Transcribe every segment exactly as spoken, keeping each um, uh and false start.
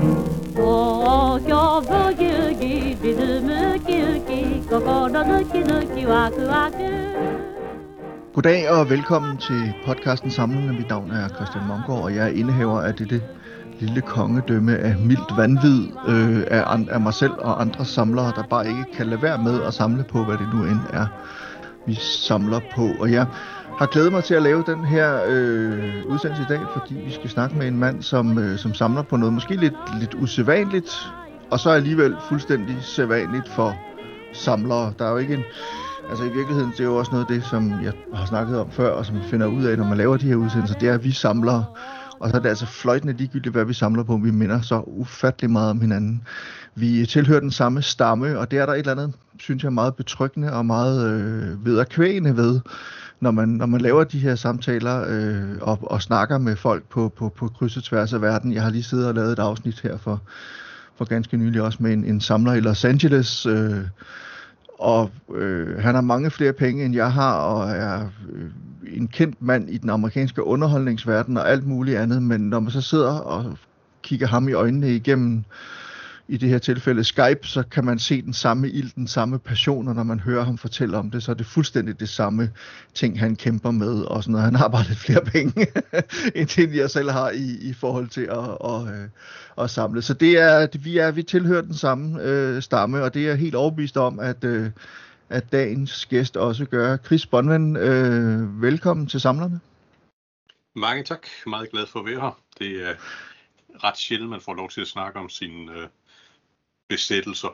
Goddag og velkommen til podcasten Samlerne. Mit navn er Christian Mongård, og jeg er indehaver af dette lille kongedømme af mildt vanvid øh, af, an- af mig selv og andre samlere, der bare ikke kan lade være med at samle på, hvad det nu end er, vi samler på. Og jeg har glædet mig til at lave den her øh, udsendelse i dag, fordi vi skal snakke med en mand, som, øh, som samler på noget måske lidt, lidt usædvanligt, og så alligevel fuldstændig sædvanligt for samlere. Der er jo ikke en... Altså i virkeligheden, det er jo også noget af det, som jeg har snakket om før, og som jeg finder ud af, når man laver de her udsendelser, det er, at vi samler. Og så er det altså fløjtende ligegyldigt, hvad vi samler på. Vi minder så ufattelig meget om hinanden. Vi tilhører den samme stamme, og det er der et eller andet, synes jeg, meget betryggende og meget øh, vederkvægende ved, når man, når man laver de her samtaler øh, og, og snakker med folk på, på, på kryds og tværs af verden. Jeg har lige siddet og lavet et afsnit her for, for ganske nylig også med en, en samler i Los Angeles, øh, og øh, han har mange flere penge, end jeg har, og er øh, en kendt mand i den amerikanske underholdningsverden og alt muligt andet. Men når man så sidder og kigger ham i øjnene igennem, i det her tilfælde Skype, så kan man se den samme ild, den samme passion, og når man hører ham fortælle om det, så er det fuldstændig det samme ting, han kæmper med, og sådan noget. Han har bare lidt flere penge, end det jeg selv har i, i forhold til at, at, at, at samle. Så det er, vi, er, vi tilhører den samme øh, stamme, og det er jeg helt overbevist om, at, øh, at dagens gæst også gør. Chris Bonven, øh, velkommen til Samlerne. Mange tak. Meget glad for at være her. Det er ret sjældent, man får lov til at snakke om sine øh, besættelser.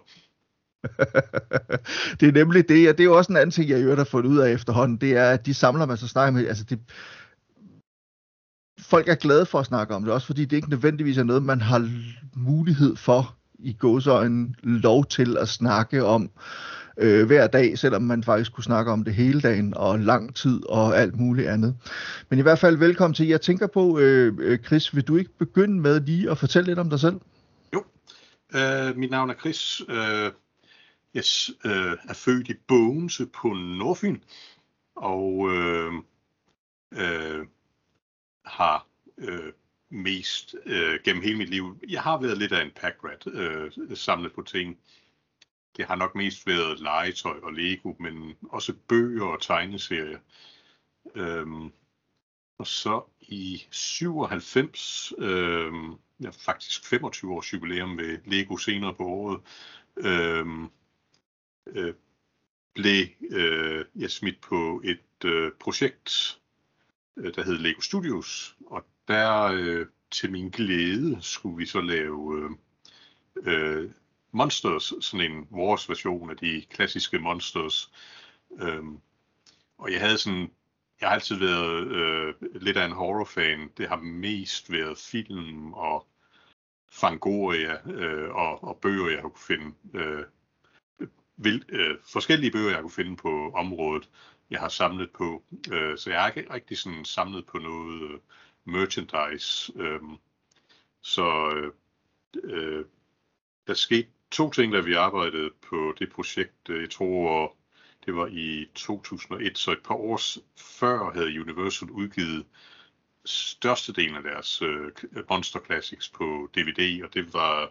Det er nemlig det, og det er jo også en anden ting, jeg har fundet ud af efterhånden, det er, at de samler, man så snakker med, altså det, folk er glade for at snakke om det, også fordi det ikke nødvendigvis er noget, man har mulighed for i gåseøjne lov til at snakke om øh, hver dag, selvom man faktisk kunne snakke om det hele dagen og lang tid og alt muligt andet. Men i hvert fald velkommen til. Jeg tænker på, øh, Chris, vil du ikke begynde med lige at fortælle lidt om dig selv? Jo, øh, mit navn er Chris. Øh, jeg øh, er født i Bogense på Nordfyn, og øh, øh, har øh, mest øh, gennem hele mit liv, jeg har været lidt af en packrat, øh, samlet på ting. Det har nok mest været legetøj og Lego, men også bøger og tegneserier. Øhm, og så i syvoghalvfems, øhm, ja, faktisk femogtyve års jubilæum ved Lego senere på året, øhm, øh, blev øh, jeg smidt på et øh, projekt, øh, der hed Lego Studios. Og der øh, til min glæde skulle vi så lave... Øh, øh, Monsters, sådan en vores version af de klassiske Monsters. Øhm, og jeg havde sådan, jeg har altid været øh, lidt af en horrorfan. Det har mest været film og Fangoria øh, og, og bøger, jeg har kunne finde. Øh, vil, øh, forskellige bøger, jeg kunne finde på området, jeg har samlet på. Øh, så jeg har ikke rigtig sådan samlet på noget øh, merchandise. Øh, så øh, øh, der skete to ting, da vi arbejdede på det projekt. Jeg tror, det var i to tusind og et, så et par år før havde Universal udgivet størstedelen af deres uh, Monster Classics på D V D, og det var,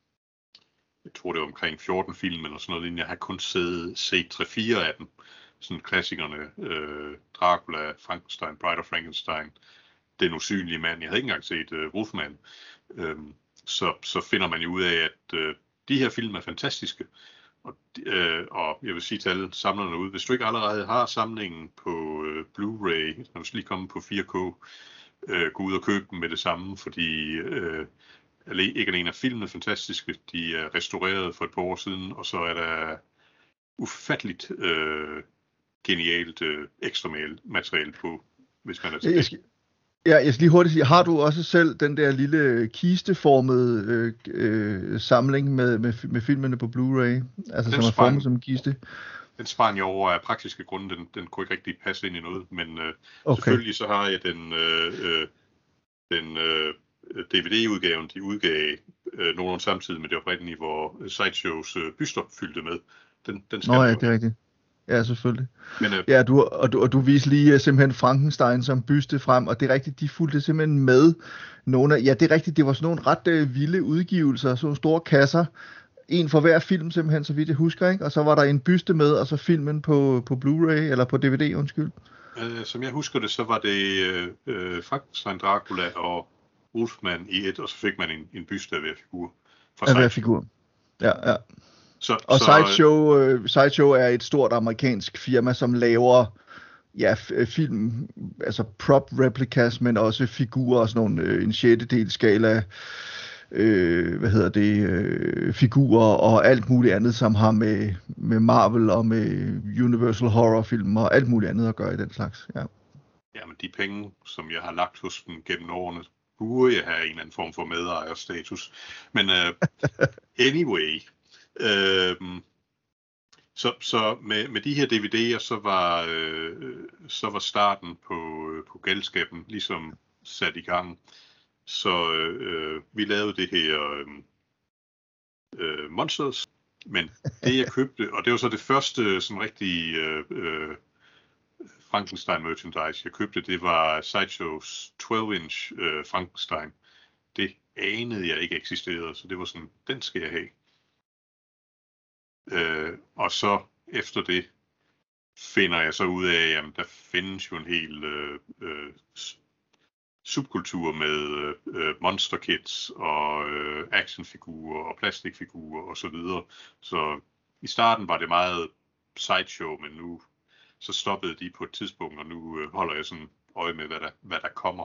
jeg tror det var omkring fjorten film eller sådan noget, jeg har kun set, set tre fire af dem. Sådan klassikerne, uh, Dracula, Frankenstein, Bride of Frankenstein, Den usynlige mand. Jeg havde ikke engang set uh, Wolfman. Um, så, så finder man jo ud af, at uh, de her film er fantastiske, og, øh, og jeg vil sige til alle samlerne ud, hvis du ikke allerede har samlingen på øh, Blu-ray, når du lige kommer på fire K, øh, gå ud og købe dem med det samme, fordi øh, ikke alene er filmene fantastiske, de er restaureret for et par år siden, og så er der ufatteligt øh, genialt øh, ekstra materiale på, hvis man er til det. Ja, jeg skal lige hurtigt sige, har du også selv den der lille kisteformede øh, øh, samling med, med, med filmene på Blu-ray? Altså den som er formet som en kiste? Den sprang jeg over af praktiske grunde, den, den kunne ikke rigtig passe ind i noget, men øh, okay. Selvfølgelig så har jeg den, øh, øh, den øh, D V D-udgaven, de udgav øh, nogenlunde samtidig med det oprindelige, hvor Sideshows øh, byster fyldte med. Den, den skal Nå ja, det er rigtigt. Ja, selvfølgelig. Men øh, Ja, du, og, du, og du viste lige uh, simpelthen Frankenstein som byste frem, og det er rigtigt, de fulgte simpelthen med nogle af, ja, det er rigtigt, det var sådan nogle ret øh, vilde udgivelser, sådan nogle store kasser, en for hver film simpelthen, så vidt jeg husker, ikke? Og så var der en byste med, og så filmen på, på Blu-ray, eller på D V D, undskyld. øh, som jeg husker det, så var det øh, øh, Frankenstein, Dracula og Wolfman i et, og så fik man en, en byste af hver figur fra Af hver Sideshow. figur. Ja, ja. Så, Og så, Sideshow, øh, Sideshow er et stort amerikansk firma, som laver ja, f- film, altså prop replicas, men også figurer og sådan nogle, øh, en sjettedel skala, øh, hvad hedder det, øh, figurer og alt muligt andet, som har med, med Marvel og med Universal Horror film og alt muligt andet at gøre i den slags, ja. Jamen, de penge, som jeg har lagt hos dem gennem årene, burde jeg have en eller anden form for medejerstatus. Men uh, anyway, uh, så, så med, med de her D V D'er, så var, uh, så var starten på, uh, på galskaben ligesom sat i gang. Så uh, vi lavede det her uh, Monsters, men det jeg købte, og det var så det første sådan rigtig uh, uh, Frankenstein merchandise, jeg købte, det var Sideshows tolv inch øh, Frankenstein. Det anede jeg ikke eksisterede, så det var sådan, den skal jeg have. Øh, og så efter det finder jeg så ud af, at der findes jo en hel øh, øh, subkultur med øh, monster kits og øh, actionfigurer og plastikfigurer og så videre. Så i starten var det meget Sideshow, men nu så stoppede de på et tidspunkt, og nu øh, holder jeg sådan øje med, hvad der, hvad der kommer.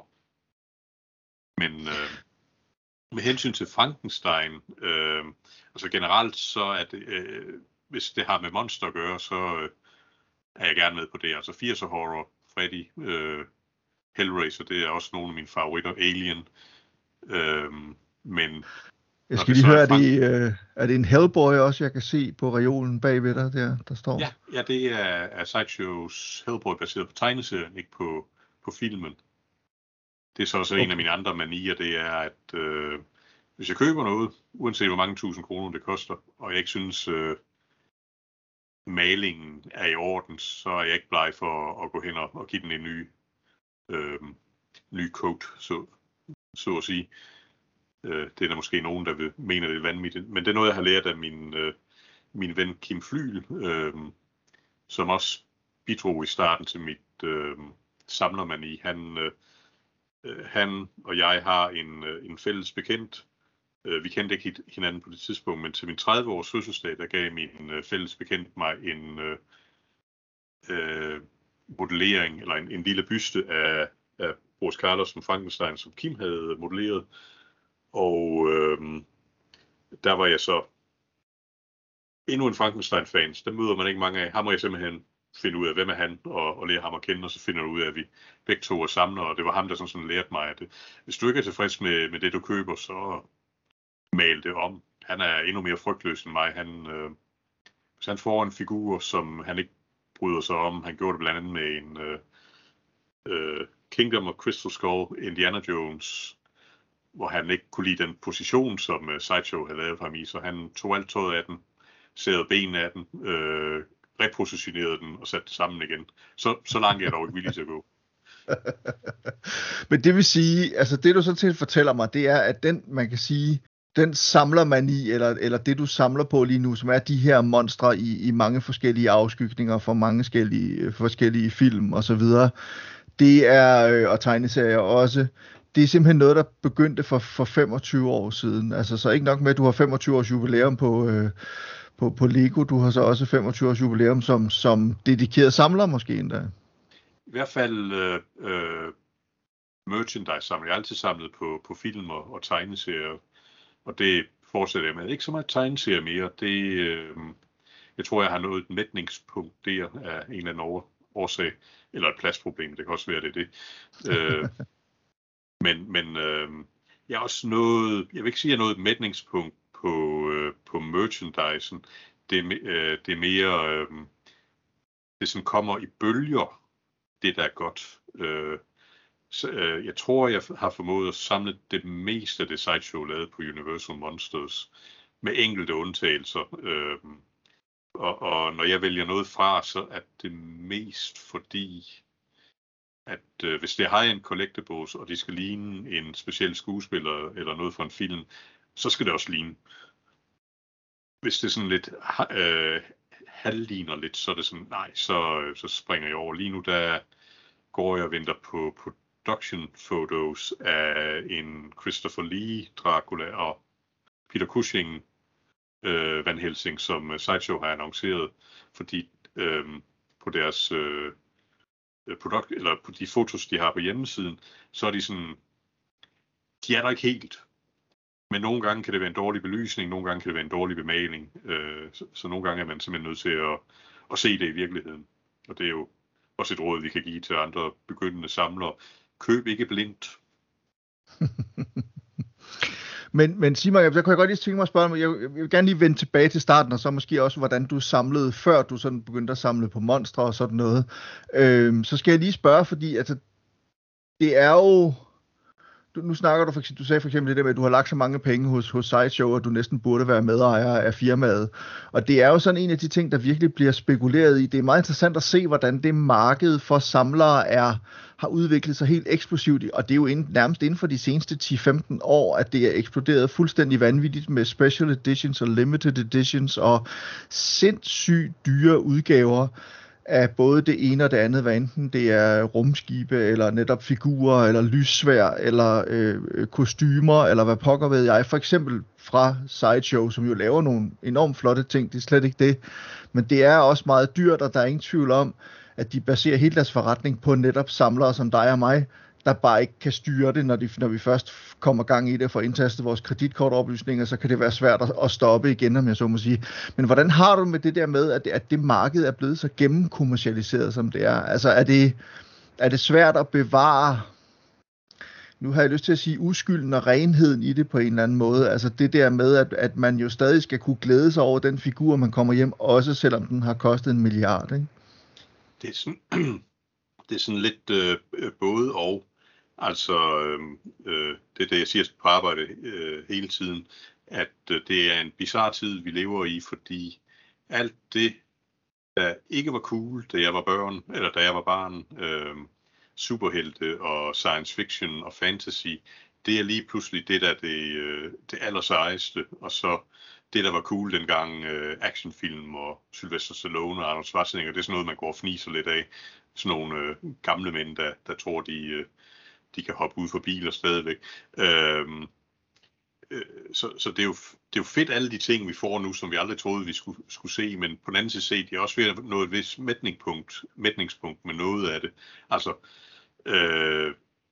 Men øh, med hensyn til Frankenstein, øh, altså generelt så er det, øh, hvis det har med monster at gøre, så øh, er jeg gerne med på det. Altså firser horror, Freddy, øh, Hellraiser, det er også nogle af mine favoritter, Alien. Øh, men Jeg skal lige høre, er det, øh, er det en Hellboy også, jeg kan se på reolen bagved dig, der, der står? Ja, ja, det er, er Sideshows Hellboy baseret på tegneserien, ikke på, på filmen. Det er så også okay. En af mine andre manier, det er, at øh, hvis jeg køber noget, uanset hvor mange tusind kroner det koster, og jeg ikke synes, øh, malingen er i orden, så er jeg ikke bleg for at gå hen og, og give den en ny, øh, ny coat, så, så at sige. Øh, det er der måske nogen, der vil mene, det er vanvittigt, men det er noget, jeg har lært af min, øh, min ven Kim Flyl, øh, som også bidrog i starten til mit øh, samlermani. Han, øh, han og jeg har en, en fælles bekendt. Øh, vi kendte ikke hinanden på det tidspunkt, men til min tredive års fødselsdag, der gav min øh, fælles bekendt mig en øh, øh, modellering, eller en, en lille byste af, af Boris Karloffsen Frankenstein, som Kim havde modelleret. Og øh, der var jeg så endnu en Frankenstein-fan. Der møder man ikke mange af. Ham må jeg simpelthen finde ud af, hvem er han, og, og lære ham at kende, og så finder du ud af, at vi begge to er samler, og det var ham, der sådan, sådan lærte mig, at det, hvis du ikke er tilfreds med, med det, du køber, så mal det om. Han er endnu mere frygtløs end mig. Han, øh, hvis han får en figur, som han ikke bryder sig om, han gjorde det blandt andet med en øh, øh, Kingdom of Crystal Skull, Indiana Jones, hvor han ikke kunne lide den position, som uh, Sideshow havde lavet for ham i, så han tog alt tøjet af den, sædede benene af den, øh, repositionerede den og satte det sammen igen. Så, så langt er jeg dog ikke villig til at gå. Men det vil sige, altså det du sådan set fortæller mig, det er, at den, man kan sige, den samlermani, eller, eller det du samler på lige nu, som er de her monstre i, i mange forskellige afskygninger for mange forskellige, forskellige film og så videre, det er, øh, og tegneserier også, det er simpelthen noget, der begyndte for, for femogtyve år siden. Altså så ikke nok med, at du har femogtyve års jubilæum på, øh, på, på Lego, du har så også femogtyve års jubilæum som, som dedikeret samler måske endda. I hvert fald øh, øh, merchandise samler. Jeg har altid samlet på, på film og, og tegneserier, og det fortsætter jeg med. Ikke så meget tegneserier mere. Det, øh, jeg tror, jeg har nået et mætningspunkt der af en eller anden over, årsag, eller et pladsproblem, det kan også være, det er det. Øh, men men øh, jeg er også nået, jeg vil ikke sige, at jeg er nået et mætningspunkt på, øh, på merchandisen. Det, øh, det er mere, øh, det sådan kommer i bølger, det der er godt. Øh, så, øh, jeg tror, jeg har formået at samle det meste af det Sideshow lavet på Universal Monsters, med enkelte undtagelser. Øh, og, og når jeg vælger noget fra, så er det mest fordi, at øh, hvis det er high-end collectibles, og det skal ligne en speciel skuespiller eller noget fra en film, så skal det også ligne. Hvis det sådan lidt øh, halvligner lidt, så er det sådan, nej, så, så springer jeg over. Lige nu, der går jeg og venter på production photos af en Christopher Lee Dracula og Peter Cushing øh, Van Helsing, som Sideshow har annonceret, fordi øh, på deres øh, produkt, eller på de fotos, de har på hjemmesiden, så er de sådan, de er der ikke helt. Men nogle gange kan det være en dårlig belysning, nogle gange kan det være en dårlig bemaling, øh, så, så nogle gange er man simpelthen nødt til at, at se det i virkeligheden. Og det er jo også et råd, vi kan give til andre begyndende samlere. Køb ikke blindt. men, men Simon, jeg, jeg kunne godt lige tænke mig at spørge, jeg, jeg vil gerne lige vende tilbage til starten, og så måske også, hvordan du samlede, før du sådan begyndte at samle på monstre og sådan noget. Øh, så skal jeg lige spørge, fordi altså, det er jo... Nu snakker du, for, du sagde for eksempel det der med, at du har lagt så mange penge hos, hos Sideshow, og du næsten burde være medejer af firmaet. Og det er jo sådan en af de ting, der virkelig bliver spekuleret i. Det er meget interessant at se, hvordan det marked for samlere er, har udviklet sig helt eksplosivt. Og det er jo inden, nærmest inden for de seneste ti til femten år, at det er eksploderet fuldstændig vanvittigt med special editions og limited editions og sindssygt dyre udgaver af både det ene og det andet, hvad enten det er rumskibe, eller netop figurer, eller lyssvær, eller øh, kostymer, eller hvad pokker ved jeg. For eksempel fra Sideshow, som jo laver nogle enormt flotte ting, det er slet ikke det. Men det er også meget dyrt, og der er ingen tvivl om, at de baserer hele deres forretning på netop samlere som dig og mig, der bare ikke kan styre det, når, de, når vi først kommer gang i det for at indtaste vores kreditkortoplysninger, så kan det være svært at, at stoppe igen, om jeg så må sige. Men hvordan har du med det der med, at det, at det marked er blevet så gennemkommercialiseret, som det er? Altså er det, er det svært at bevare, nu har jeg lyst til at sige, uskylden og renheden i det på en eller anden måde? Altså det der med, at, at man jo stadig skal kunne glæde sig over den figur, man kommer hjem, også selvom den har kostet en milliard, ikke? Det er sådan, det er sådan lidt øh, både og. Altså, øh, det er det, jeg siger på arbejde øh, hele tiden, at øh, det er en bizarre tid, vi lever i, fordi alt det, der ikke var cool, da jeg var børn, eller da jeg var barn, øh, superhelte og science fiction og fantasy, det er lige pludselig det, der er det, øh, det allersejeste, og så det, der var cool dengang, øh, actionfilm og Sylvester Stallone og Arnold Schwarzenegger, det er sådan noget, man går og fniser lidt af. Sådan nogle øh, gamle mænd, der, der tror, de... Øh, de kan hoppe ud for biler stadigvæk. Øhm, øh, så så det, er jo, det er jo fedt, alle de ting, vi får nu, som vi aldrig troede, vi skulle, skulle se, men på den anden side set, de er også ved at nå et vis mætningspunkt, mætningspunkt med noget af det. Altså, øh,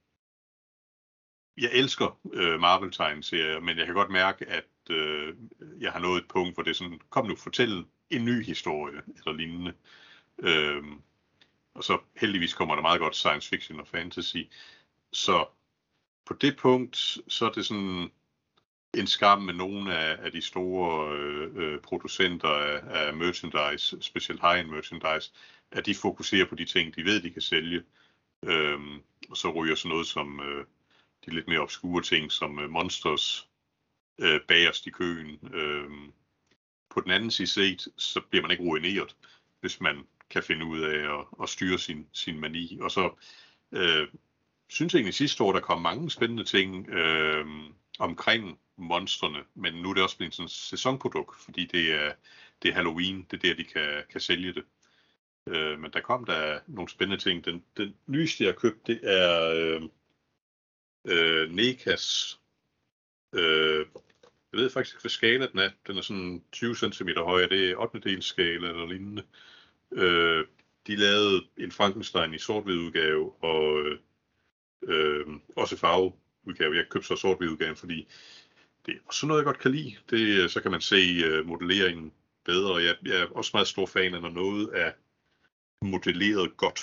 jeg elsker øh, Marvel-tegneserier, men jeg kan godt mærke, at øh, jeg har nået et punkt, hvor det er sådan, kom nu, fortæl en ny historie, eller lignende. Øh, og så heldigvis kommer der meget godt science fiction og fantasy. Så på det punkt, så er det sådan en skam med nogle af, af de store øh, producenter af, af merchandise, specielt high-end merchandise, at de fokuserer på de ting, de ved, de kan sælge. Øhm, og så ryger sådan noget som øh, de lidt mere obskure ting, som øh, Monsters øh, bagerst i køen. Øhm, på den anden side set, så bliver man ikke ruineret, hvis man kan finde ud af at, at styre sin, sin mani. Og så... Øh, Jeg synes egentlig sidste år, der kom mange spændende ting øh, omkring monstrene, men nu er det også blevet sådan et sæsonprodukt, fordi det er, det er Halloween, det er der, de kan, kan sælge det. Øh, men der kom der nogle spændende ting. Den, den nyeste, jeg har købt, det er øh, øh, N E C A's. Øh, jeg ved faktisk ikke, hvad skala den er. Den er sådan tyve centimeter høj, det er ottende skala eller lignende. Øh, de lavede en Frankenstein i sort-hvid udgave, og øh, Øh, også farveudgave. Jeg købte så sort-hvid udgaven, fordi det er også noget, jeg godt kan lide. Det, så kan man se uh, modelleringen bedre. Jeg, jeg er også meget stor fan af, når noget er modelleret godt.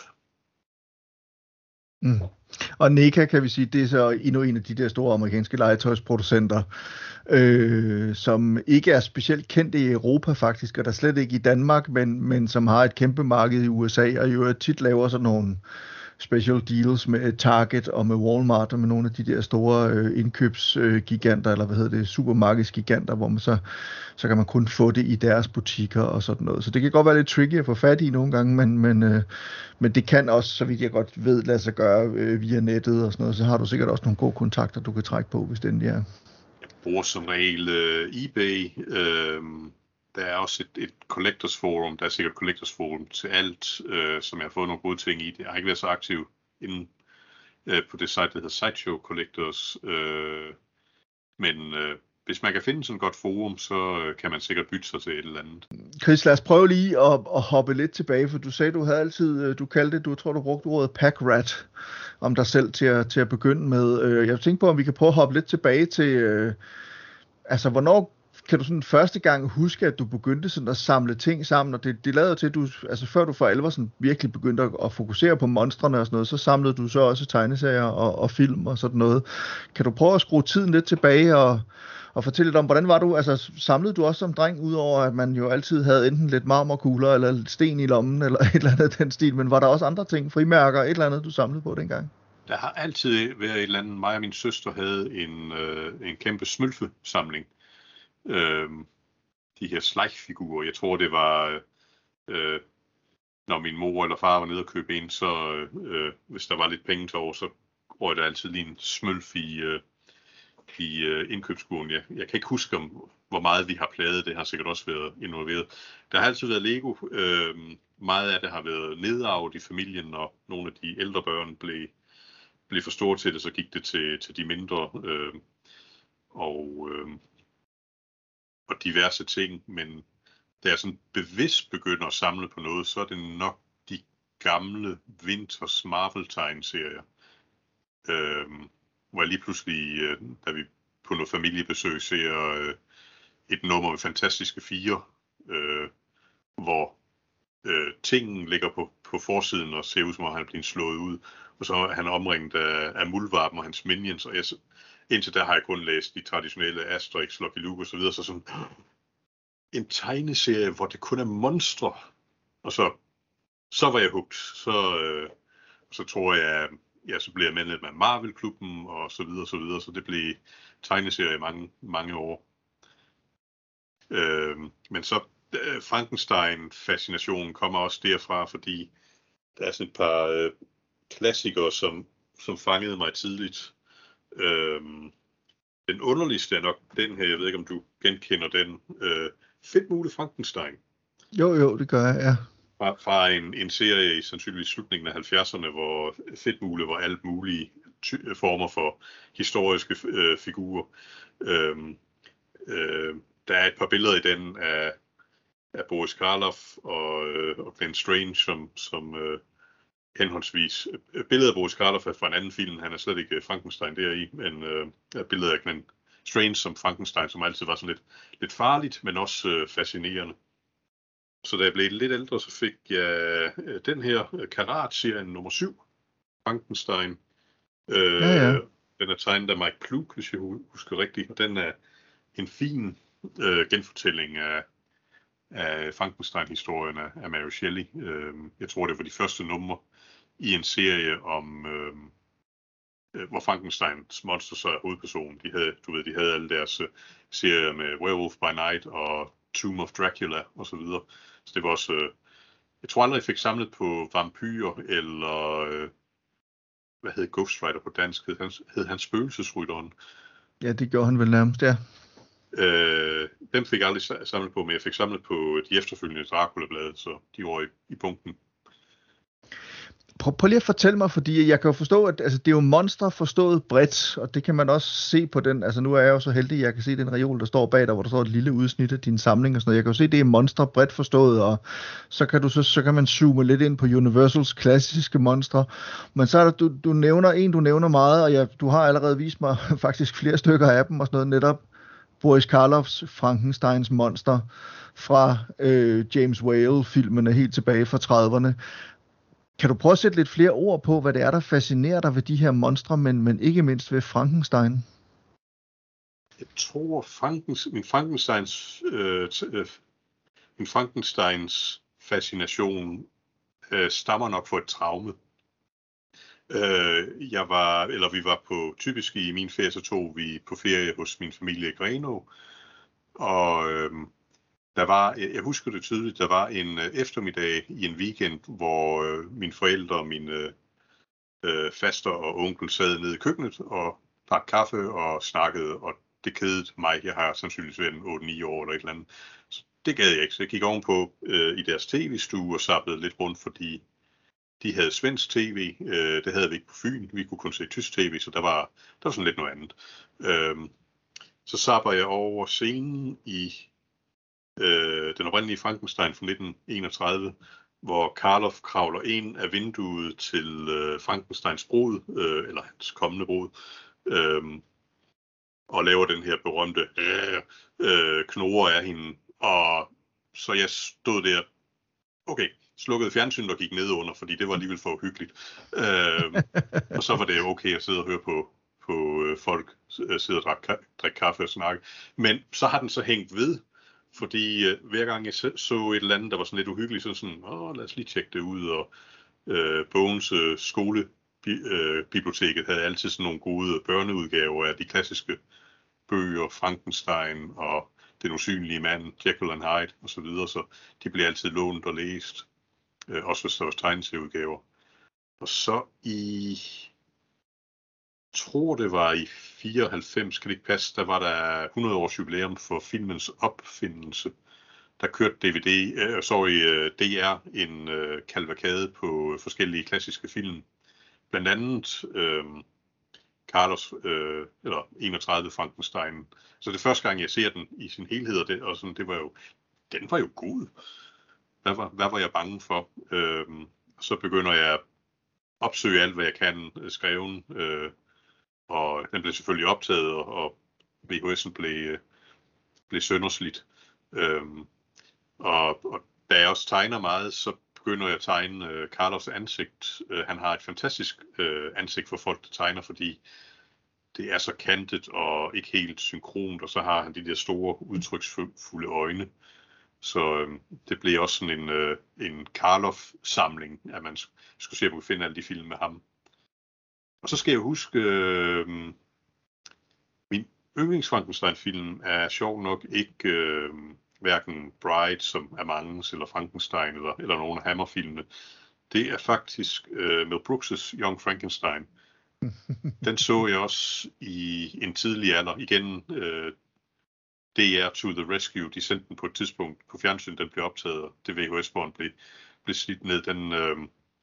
Mm. Og N E C A, kan vi sige, det er så endnu en af de der store amerikanske legetøjsproducenter, øh, som ikke er specielt kendt i Europa faktisk, og der slet ikke i Danmark, men, men som har et kæmpe marked i U S A, og jo tit laver sådan nogle special deals med Target og med Walmart og med nogle af de der store øh, indkøbsgiganter, øh, eller hvad hedder det, supermarkedsgiganter, hvor man så, så kan man kun få det i deres butikker og sådan noget. Så det kan godt være lidt tricky at få fat i nogle gange, men, men, øh, men det kan også, så vidt jeg godt ved, lade sig gøre øh, via nettet og sådan noget. Så har du sikkert også nogle gode kontakter, du kan trække på, hvis det endelig er. Jeg bruger som regel øh, eBay. Øh, der er også et, et collectors forum. Der er sikkert collectors forum til alt, øh, som jeg har fået nogle gode ting i. Jeg har ikke været så aktiv inde øh, på det site, der hedder Sideshow Collectors. Øh, men øh, hvis man kan finde sådan et godt forum, så øh, kan man sikkert bytte sig til et eller andet. Chris, lad os prøve lige at, at hoppe lidt tilbage, for du sagde, du havde altid, du kaldte det, du tror, du brugte ordet pack rat om dig selv til at, til at begynde med. Jeg tænker på, om vi kan prøve at hoppe lidt tilbage til, øh, altså hvornår kan du sådan første gang huske, at du begyndte sådan at samle ting sammen, og det, det lavede til, at du, altså før du for alvor sådan virkelig begyndte at, at fokusere på monstrene og sådan noget, så samlede du så også tegneserier og, og film og sådan noget. Kan du prøve at skrue tiden lidt tilbage og, og fortælle lidt om, hvordan var du, altså samlede du også som dreng, udover at man jo altid havde enten lidt marmorkugler eller lidt sten i lommen eller et eller andet den stil, men var der også andre ting, frimærker, et eller andet, du samlede på dengang? Der har altid været et eller andet, mig og min søster havde en, øh, en kæmpe smølfesamling. Øh, de her Schleich-figurer, jeg tror det var, øh, når min mor eller far var nede og købe en, så øh, hvis der var lidt penge til over, så røg der altid lige en smølf i, øh, i øh, indkøbskurven. Jeg, jeg kan ikke huske, om, hvor meget vi har pladet, det har sikkert også været involveret. Der har altid været Lego, øh, meget af det har været nedarvet i familien, når nogle af de ældre børn blev, blev for store til det, så gik det til, til de mindre, øh, og øh, og diverse ting, men da jeg sådan bevidst begynder at samle på noget, så er det nok de gamle Winters Marvel-tegneserier, øh, hvor jeg lige pludselig, øh, da vi på noget familiebesøg ser øh, et nummer med Fantastiske Fire, øh, hvor øh, tingen ligger på, på forsiden og ser ud som om han bliver slået ud, og så er han omringet af, af Muldvarpen og hans minions, og jeg indtil der har jeg kun læst de traditionelle Asterix, Lucky Luke og så videre, så sådan en tegneserie, hvor det kun er monstre, og så, så var jeg hugt, så, øh, så tror jeg, ja, så blev jeg medlem af Marvel-klubben, og så videre, så videre, så det blev tegneserie i mange, mange år. Øh, men så øh, Frankenstein-fascinationen kommer også derfra, fordi der er sådan et par øh, klassikere, som, som fangede mig tidligt. Øhm, den underligste er nok den her, jeg ved ikke om du genkender den, øh, Fedtmule Frankenstein. Jo, jo, det gør jeg, ja. Fra, fra en, en serie i sandsynligvis slutningen af halvfjerdserne, hvor Fedtmule var alt mulige ty- former for historiske øh, figurer. Øhm, øh, der er et par billeder i den af, af Boris Karloff og, øh, og Glenn Strange, som, som øh, henholdsvis billedet af Boris Karloff er fra en anden film, han er slet ikke Frankenstein deri, men øh, billedet af Glenn Strange som Frankenstein, som altid var sådan lidt, lidt farligt, men også øh, fascinerende. Så da jeg blev lidt ældre, så fik jeg øh, den her Karat-serien nummer syv, Frankenstein. Øh, ja, ja. Den er tegnet af Mike Ploog, hvis jeg husker rigtigt, og den er en fin øh, genfortælling af af Frankenstein-historien af, af Mary Shelley. Øh, jeg tror, det var de første numre i en serie om, øh, hvor Frankensteins monster så er hovedpersonen. De havde, du ved, de havde alle deres uh, serier med Werewolf by Night og Tomb of Dracula og så videre. Så det var også, øh, jeg tror aldrig, jeg fik samlet på vampyrer eller, øh, hvad hed Ghost Rider på dansk? Hed han, hed han Spøgelsesrytteren? Ja, det gjorde han vel nærmest, ja. Øh, dem fik jeg aldrig samlet på, men jeg fik samlet på de efterfølgende Dracula-blade, så de var i, i punkten. Prøv, prøv lige at fortælle mig, fordi jeg kan jo forstå, at altså, det er jo monster forstået bredt, og det kan man også se på den, altså nu er jeg jo så heldig, at jeg kan se den reol, der står bag der, hvor der står et lille udsnit af din samling og sådan noget. Jeg kan jo se, at det er monster bredt forstået, og så kan, du, så, så kan man zoome lidt ind på Universals klassiske monstre, men så er der, du, du nævner en, du nævner meget, og jeg, du har allerede vist mig faktisk flere stykker af dem og sådan noget, netop Boris Karloffs Frankensteins monster fra øh, James Whale-filmene helt tilbage fra trediverne. Kan du prøve at sætte lidt flere ord på, hvad det er, der fascinerer dig ved de her monstre, men, men ikke mindst ved Frankenstein? Jeg tror, Frankens, min, Frankensteins, øh, øh, min Frankensteins fascination øh, stammer nok fra et traume. Øh, jeg var, eller vi var på, typisk i min ferie, så tog vi på ferie hos min familie i Grenaa, og øh, der var, jeg husker det tydeligt, der var en eftermiddag i en weekend, hvor øh, mine forældre og mine øh, faster og onkel sad nede i køkkenet og drak kaffe og snakkede, og det kedede mig. Jeg har sandsynligvis været otte ni år eller et eller andet. Så det gad jeg ikke, så jeg gik ovenpå øh, i deres tv-stue og sappede lidt rundt, fordi de havde svensk tv, øh, det havde vi ikke på Fyn, vi kunne kun se tysk tv, så der var, der var sådan lidt noget andet. Øh, så sapper jeg over scenen i øh, den oprindelige Frankenstein fra nitten enogtredive, hvor Karloff kravler ind af vinduet til øh, Frankensteins brud, øh, eller hans kommende brud, øh, og laver den her berømte øh, øh, knurre af hende. Og så jeg stod der, okay, slukkede fjernsynet og gik ned under, fordi det var alligevel for uhyggeligt. Øh, og så var det okay at sidde og høre på, på øh, folk øh, sidde og drikke, drikke kaffe og snakke. Men så har den så hængt ved, fordi øh, hver gang jeg så et eller andet, der var sådan lidt uhyggeligt, så sådan, åh, lad os lige tjekke det ud, og øh, Bogens øh, skolebiblioteket havde altid sådan nogle gode børneudgaver af de klassiske bøger, Frankenstein og Den usynlige mand, Jekyll and Hyde og så videre, så de blev altid lånt og læst, øh, også hvis der var tegneserieudgaver. Og så i, tror det var i fireoghalvfems, kan det ikke passe, der var der hundrede års jubilæum for filmens opfindelse. Der kørte D V D, øh, sorry, D R en øh, kalvakade på forskellige klassiske film. Blandt andet øh, Carlos, øh, eller enogtredive Frankenstein. Så det er første gang, jeg ser den i sin helhed, og det, og sådan, det var jo, den var jo god. Hvad var, hvad var jeg bange for? Øh, så begynder jeg at opsøge alt, hvad jeg kan skrive. Øh, og den blev selvfølgelig optaget, og, og V H S'en blev, blev sønderslidt. Øh, og, og da jeg også tegner meget, så begynder jeg at tegne øh, Carlos ansigt. Øh, han har et fantastisk øh, ansigt for folk, der tegner, fordi det er så kantet og ikke helt synkront, og så har han de der store, udtryksfulde øjne. Så øh, det blev også sådan en, øh, en Karloff-samling, at man skulle se, om man kunne finde alle de film med ham. Og så skal jeg huske, øh, min yndlings Frankenstein-film er sjov nok ikke øh, hverken Bride, som er mangens, eller Frankenstein, eller, eller nogle af Hammer-filmene. Det er faktisk øh, Mel Brooks' Young Frankenstein. Den så jeg også i en tidlig alder. Igen, øh, D R to the Rescue, de sendte den på et tidspunkt på fjernsyn, den blev optaget, og det V H S-bånd blev, blev slidt ned. Den, øh,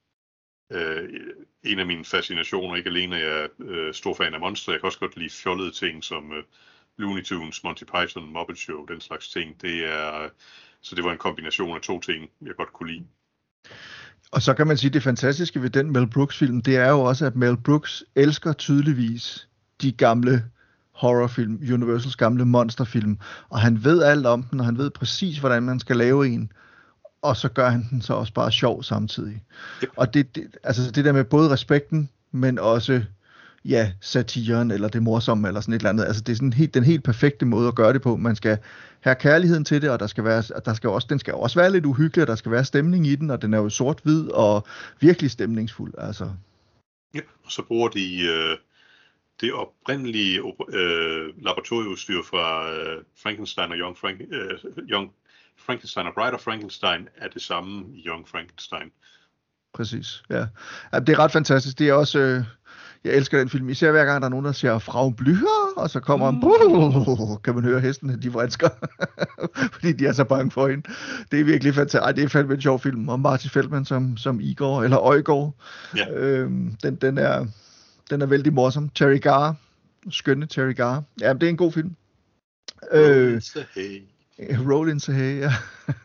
øh, en af mine fascinationer, ikke alene er jeg øh, stor fan af monster, jeg kan også godt lide fjollede ting som øh, Looney Tunes, Monty Python, Muppet Show, den slags ting. Det er, så det var en kombination af to ting, jeg godt kunne lide. Og så kan man sige, at det fantastiske ved den Mel Brooks-film, det er jo også, at Mel Brooks elsker tydeligvis de gamle horrorfilm, Universals gamle monsterfilm, og han ved alt om den, og han ved præcis, hvordan man skal lave en, og så gør han den så også bare sjov samtidig. Yep. Og det, det, altså det der med både respekten, men også ja, satiren, eller det morsomme, eller sådan et eller andet, altså det er sådan helt, den helt perfekte måde at gøre det på. Man skal have kærligheden til det, og der skal være, der skal også, den skal også være lidt uhyggelig, og der skal være stemning i den, og den er jo sort-hvid og virkelig stemningsfuld, altså. Ja, og så bruger de øh, det oprindelige øh, laboratorieudstyr fra øh, Frankenstein og Young, Frank, øh, Young Frankenstein og Bride of Frankenstein er det samme i Young Frankenstein. Præcis, ja. Ja, det er ret fantastisk. Det er også, øh, jeg elsker den film. Især hver gang der er nogen, der siger Frau Blücher, og så kommer mm. han, kan man høre hestene, de vrinsker, fordi de er så bange for hende. Det er virkelig fantastisk. Ej, det er fandme en sjov film om Marty Feldman som, som Igor, eller Øjgaard. Ja. Øhm, den, den, er, den er vældig morsom. Terry Garr, skønne Terry Garr. Ja, det er en god film. Øh, hey. Rollins Hay, ja.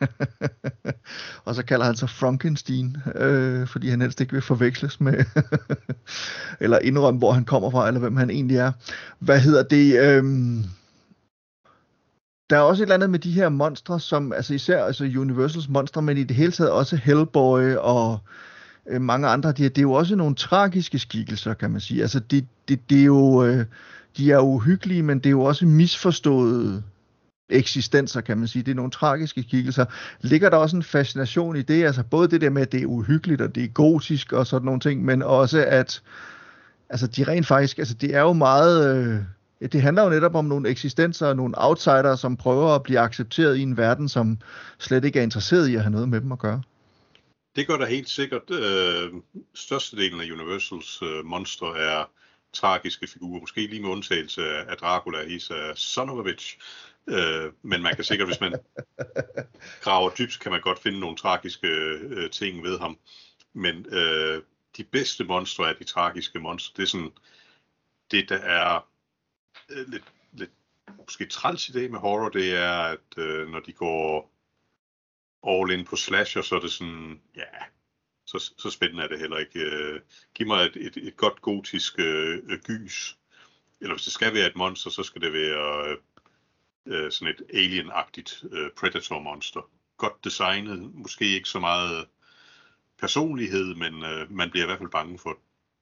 Og så kalder han sig Frankenstein, øh, fordi han helst ikke vil forveksles med, eller indrømme, hvor han kommer fra, eller hvem han egentlig er. Hvad hedder det? Øh, der er også et eller andet med de her monstre, som, altså især altså Universals monstre, men i det hele taget også Hellboy og øh, mange andre, de, det er jo også nogle tragiske skikkelser, kan man sige. Altså det, det, det er jo, øh, de er uhyggelige, men det er jo også misforstået eksistenser, kan man sige. Det er nogle tragiske skikkelser. Ligger der også en fascination i det? Altså både det der med, at det er uhyggeligt, og det er gotisk og sådan nogle ting, men også at altså de rent faktisk, altså det er jo meget, øh, det handler jo netop om nogle eksistenser og nogle outsidere, som prøver at blive accepteret i en verden, som slet ikke er interesseret i at have noget med dem at gøre. Det gør der helt sikkert. Øh, størstedelen af Universals øh, monstre er tragiske figurer, måske lige med undtagelse af, af Dracula, he's a son of a bitch. Øh, men man kan sikkert, hvis man graver dybt, kan man godt finde nogle tragiske øh, ting ved ham. Men øh, de bedste monstre er de tragiske monstre. Det er sådan det, der er øh, lidt, lidt måske træls i det med horror, det er, at øh, når de går all in på slasher, så er det sådan, ja, så, så spændende er det heller ikke. Øh, giv mig et, et, et godt gotisk øh, gys. Eller hvis det skal være et monster, så skal det være øh, sådan et alien-agtigt øh, Predator-monster. Godt designet, måske ikke så meget personlighed, men øh, man bliver i hvert fald bange for det.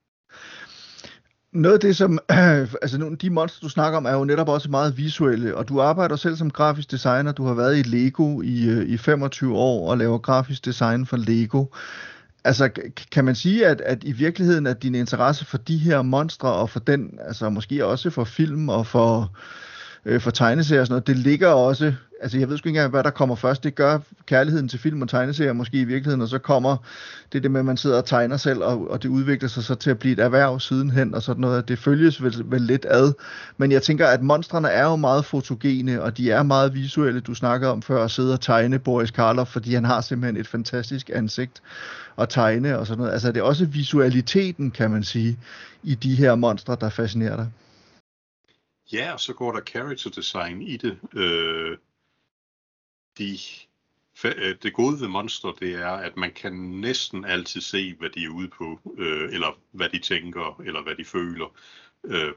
Noget af det, som, øh, altså nogle af de monster, du snakker om, er jo netop også meget visuelle, og du arbejder selv som grafisk designer. Du har været i Lego i, øh, i femogtyve år og laver grafisk design for Lego. Altså, kan man sige, at, at i virkeligheden, at din interesse for de her monstre, og for den, altså måske også for film og for, øh, for tegneserier og sådan noget, det ligger også, altså jeg ved sgu ikke engang, hvad der kommer først. Det gør kærligheden til film og tegneserier måske i virkeligheden, og så kommer det det med, at man sidder og tegner selv, og, og det udvikler sig så til at blive et erhverv sidenhen, og sådan noget. Det følges vel, vel lidt ad. Men jeg tænker, at monstrene er jo meget fotogene, og de er meget visuelle. Du snakkede om før at sidde og tegne Boris Karloff, fordi han har simpelthen et fantastisk ansigt at tegne og sådan noget. Altså det er også visualiteten, kan man sige, i de her monstre, der fascinerer dig. Ja, og så går der character design i det. Øh, de, det gode ved monster, det er, at man kan næsten altid se, hvad de er ude på, øh, eller hvad de tænker, eller hvad de føler. Øh,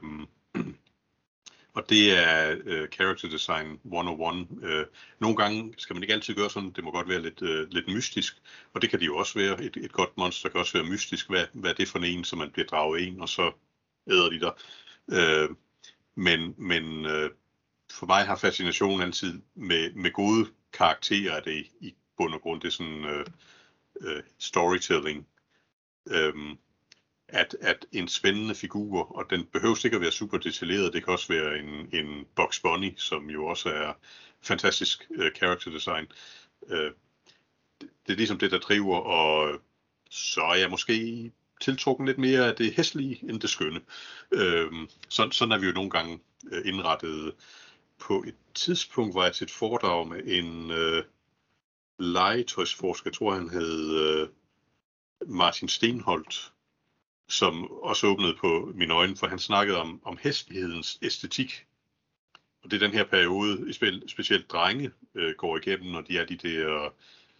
og det er øh, character design et nul et. Øh, nogle gange skal man ikke altid gøre sådan, det må godt være lidt, øh, lidt mystisk, og det kan det jo også være. Et, et godt monster kan også være mystisk. Hvad, hvad er det for en, som man bliver draget ind, og så æder de der. Øh, Men, men øh, for mig har fascinationen altid med, med gode karakterer af det i bund og grund. Det er sådan øh, øh, storytelling. Øhm, at, at en spændende figur, og den behøver ikke at være super detaljeret, det kan også være en, en Bugs Bunny, som jo også er fantastisk øh, character design. Øh, det, det er ligesom det, der driver, og så er jeg måske tiltrukken lidt mere af det hæslige end det skønne. Øhm, sådan, sådan er vi jo nogle gange øh, indrettet. På et tidspunkt var jeg til et foredrag med en øh, legetøjsforsker, jeg tror han hed øh, Martin Stenholt, som også åbnede på mine øjne, for han snakkede om, om hæslighedens æstetik. Og det er den her periode, specielt drenge øh, går igennem, når de er de der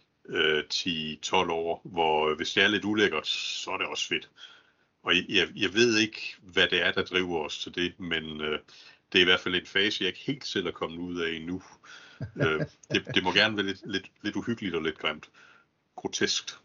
ti tolv år, hvor hvis det er lidt ulækkert, så er det også fedt. Og jeg, jeg ved ikke, hvad det er, der driver os til det, men øh, det er i hvert fald en fase, jeg ikke helt selv er kommet ud af endnu. øh, det, det må gerne være lidt, lidt, lidt uhyggeligt og lidt grimt. Groteskt.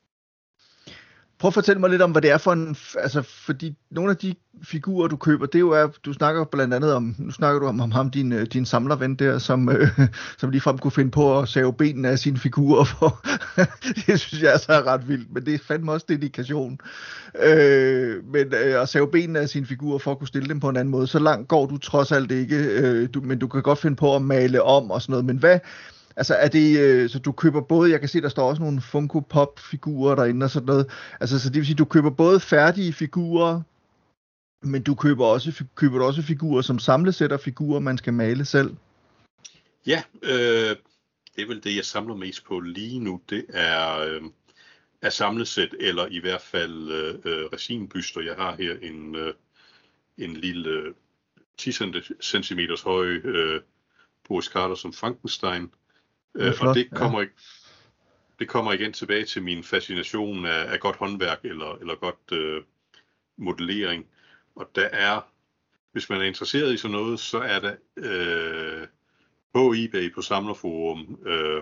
Prøv at fortælle mig lidt om, hvad det er for en, altså fordi nogle af de figurer, du køber, det er jo, du snakker blandt andet om, nu snakker du om, om ham, din, din samlerven der, som, øh, som ligefrem kunne finde på at save benene af sine figurer for. Det synes jeg altså er ret vildt, men det er fandme også dedikation. Øh, men øh, at save benene af sine figurer for at kunne stille dem på en anden måde, så langt går du trods alt ikke, øh, du, men du kan godt finde på at male om og sådan noget, men hvad, altså er det, øh, så du køber både, jeg kan se, der står også nogle Funko Pop figurer derinde og sådan noget, altså så det vil sige, du køber både færdige figurer, men du køber også, køber du også figurer som samlesætter figurer, man skal male selv? Ja, øh, det er vel det, jeg samler mest på lige nu, det er, øh, er samlesæt, eller i hvert fald øh, resinbyster. Jeg har her en, øh, en lille ti centimeter høje øh, Boris Karloff som Frankenstein. Øh, flot, og det kommer, ja. det kommer igen tilbage til min fascination af, af godt håndværk eller, eller godt øh, modellering. Og der er, hvis man er interesseret i sådan noget, så er der øh, på eBay, på Samlerforum, øh,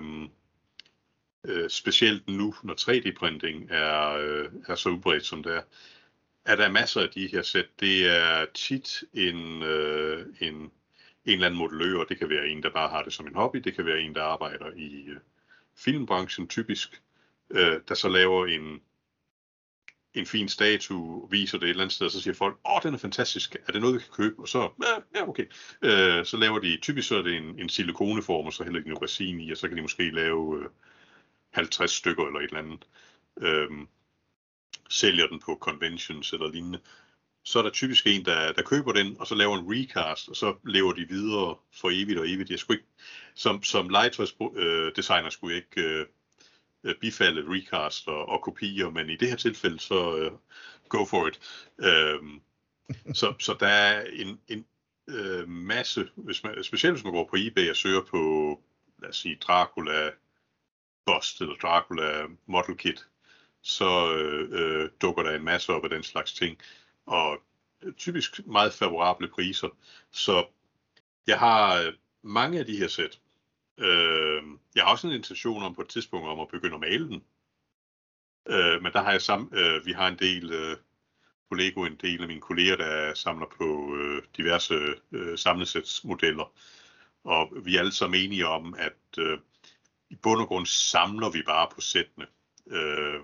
øh, specielt nu, når tre D-printing er, øh, er så udbredt som det er, er der masser af de her sæt. Det er tit en, øh, en en eller anden modellør. Det kan være en, der bare har det som en hobby. Det kan være en, der arbejder i øh, filmbranchen typisk, øh, der så laver en, en fin statue, viser det et eller andet sted, og så siger folk, åh, den er fantastisk, er det noget, vi kan købe? Og så, ja, ja okay. Øh, så laver de, typisk så er det en, en silikoneform, og så hælder de noget resin i, og så kan de måske lave øh, halvtreds stykker eller et eller andet. Øh, sælger den på conventions eller lignende. Så er der typisk en, der, der køber den, og så laver en recast, og så lever de videre for evigt og evigt. Jeg skulle ikke, som, som legetøjsdesigner skulle jeg ikke øh, bifalde recast og, og kopier, men i det her tilfælde, så øh, go for it. Øhm, så, så der er en, en øh, masse, hvis man, specielt hvis man går på eBay og søger på, lad os sige, Dracula Bust eller Dracula Model Kit, så øh, øh, dukker der en masse op af den slags ting. Og typisk meget favorable priser. Så jeg har øh, mange af de her sæt. Øh, jeg har også en intention om på et tidspunkt om at begynde at male den. Øh, men der har jeg sam, øh, vi har en del øh, på Lego, en del af mine kolleger, der samler på øh, diverse øh, samlesætsmodeller. Og vi er alle sammen enige om, at øh, i bund og grund samler vi bare på sættene. Øh,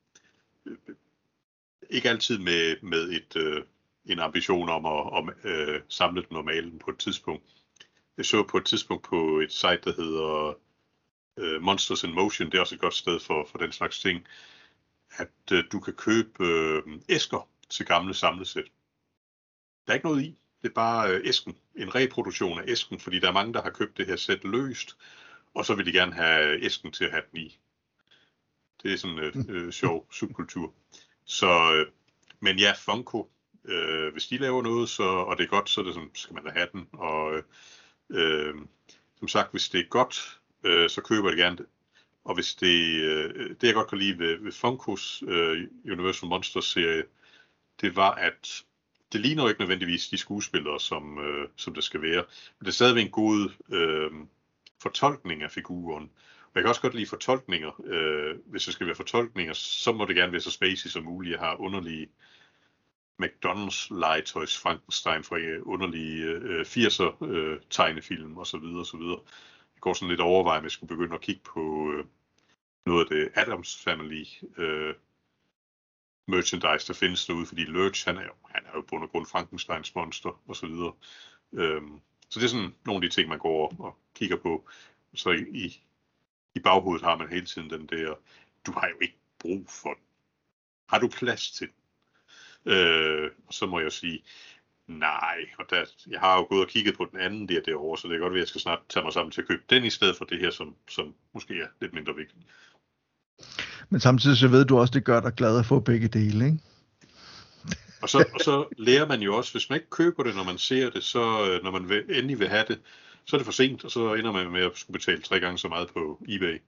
Ikke altid med, med et, øh, en ambition om at om, øh, samle den og male den på et tidspunkt. Jeg så på et tidspunkt på et site, der hedder øh, Monsters in Motion. Det er også et godt sted for, for den slags ting. At øh, du kan købe øh, æsker til gamle samlesæt. Der er ikke noget i. Det er bare øh, æsken. En reproduktion af æsken, fordi der er mange, der har købt det her sæt løst. Og så vil de gerne have æsken til at have den i. Det er sådan en øh, øh, sjov subkultur. Så, øh, men ja, Funko, øh, hvis de laver noget, så, og det er godt, så er det sådan, skal man da have den. Og øh, som sagt, hvis det er godt, øh, så køber jeg gerne det. Og hvis det, øh, det jeg godt kan lide ved, ved Funkos øh, Universal Monsters serie, det var, at det ligner jo ikke nødvendigvis de skuespillere, som, øh, som det skal være. Men det er stadigvæk en god øh, fortolkning af figuren. Og jeg kan også godt lide fortolkninger. Øh, hvis det skal være fortolkninger, så må det gerne være så spacey som muligt. Jeg har underlige McDonald's legetøjs Frankenstein fra underlige øh, firser øh, tegnefilm osv. osv. Jeg går sådan lidt overveje, om jeg skulle begynde at kigge på øh, noget af det Addams Family øh, merchandise, der findes derude, fordi Lurch, han er jo, han er jo på grund af Frankensteins monster osv. Øh, så det er sådan nogle af de ting, man går og kigger på. Så i, i I baghovedet har man hele tiden den der, du har jo ikke brug for den. Har du plads til den? Øh, og så må jeg sige, nej. Og der, jeg har jo gået og kigget på den anden der derovre, så det er godt ved, at jeg skal snart tage mig sammen til at købe den i stedet for det her, som, som måske er lidt mindre vigtigt. Men samtidig så ved du også, det gør dig glad at få begge dele, ikke? og, så, og så lærer man jo også, hvis man ikke køber det, når man ser det, så når man vil, endelig vil have det, så er det for sent, og så ender man med at skulle betale tre gange så meget på eBay.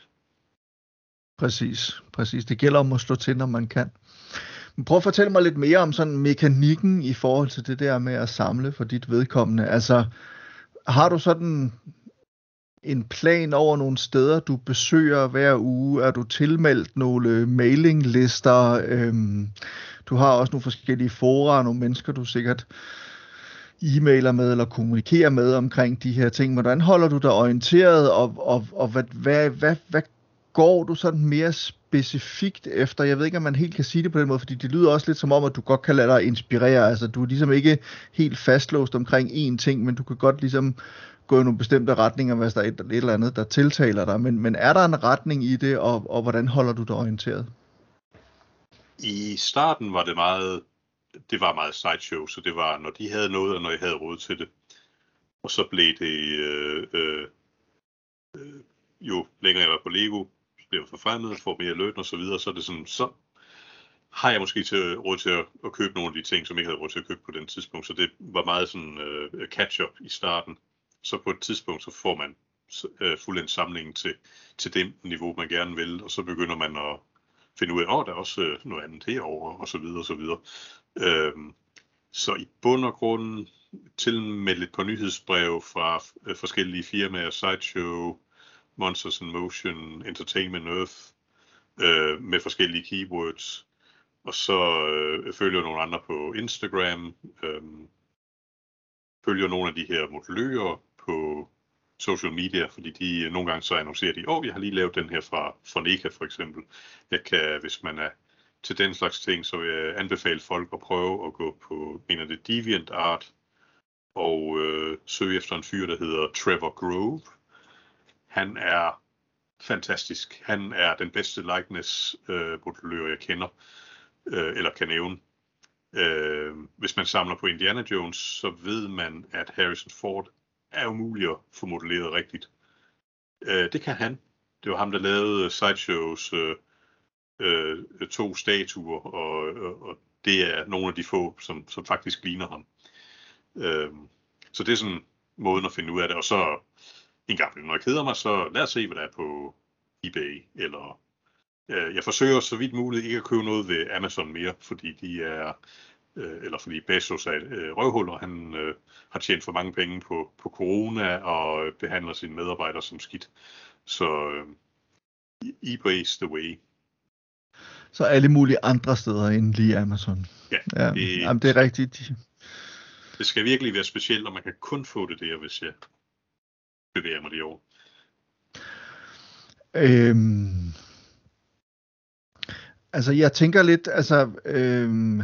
Præcis, præcis. Det gælder om at slå til, når man kan. Men prøv at fortælle mig lidt mere om sådan mekanikken i forhold til det der med at samle for dit vedkommende. Altså, har du sådan en plan over nogle steder, du besøger hver uge? Er du tilmeldt nogle mailinglister? Øhm, du har også nogle forskellige fora, nogle mennesker, du sikkert e-mailer med eller kommunikerer med omkring de her ting. Hvordan holder du dig orienteret, og, og, og hvad, hvad, hvad, hvad går du sådan mere specifikt efter? Jeg ved ikke, om man helt kan sige det på den måde, fordi det lyder også lidt som om, at du godt kan lade dig inspirere. Altså, du er ligesom ikke helt fastlåst omkring én ting, men du kan godt ligesom gå i nogle bestemte retninger, hvis der er et, et eller andet, der tiltaler dig. Men, men er der en retning i det, og, og hvordan holder du dig orienteret? I starten var det meget det var meget sideshow, så det var, når de havde noget, og når jeg havde råd til det. Og så blev det, øh, øh, øh, jo længere jeg var på Lego, så blev jeg forfremmet, får mere løn og så videre, så er det sådan, så har jeg måske til, råd til at, at købe nogle af de ting, som jeg ikke havde råd til at købe på den tidspunkt. Så det var meget sådan øh, catch-up i starten. Så på et tidspunkt, så får man øh, fuldendt samlingen til, til det niveau, man gerne vil, og så begynder man at finde ud af, at oh, der er også øh, noget andet herovre, og så videre, og så videre. Øhm, så i bund og grund tilmeldt et par nyhedsbreve fra øh, forskellige firmaer, Sideshow, Monsters in Motion, Entertainment Earth, øh, med forskellige keywords. Og så øh, følger nogle andre på Instagram. Øh, følger nogle af de her modellører på social media, fordi de nogle gange så annoncerer de, åh, oh, jeg har lige lavet den her fra, fra Neka for eksempel. Jeg kan, hvis man er til den slags ting, så vil jeg anbefale folk at prøve at gå på en af det DeviantArt og øh, søge efter en fyr, der hedder Trevor Grove. Han er fantastisk. Han er den bedste likeness øh, modellør, jeg kender, øh, eller kan nævne. Øh, hvis man samler på Indiana Jones, så ved man, at Harrison Ford er umulig at få modelleret rigtigt. Øh, det kan han. Det var ham, der lavede Sideshows øh, øh, to statuer, og, og, og det er nogle af de få, som, som faktisk ligner ham. Øh, så det er sådan måden at finde ud af det. Og så en gang, når jeg keder mig, så lad os se, hvad der er på eBay. Eller øh, jeg forsøger så vidt muligt ikke at købe noget ved Amazon mere, fordi de er eller fordi Bezos er øh, røvhuller, han øh, har tjent for mange penge på, på corona og øh, behandler sine medarbejdere som skidt. Så øh, eBay's the way. Så alle mulige andre steder end lige Amazon. Ja, ja. Det, Jamen, det er rigtigt. Det skal virkelig være specielt, og man kan kun få det der, hvis jeg bevæger mig det over. Øhm, altså, jeg tænker lidt, altså... Øhm,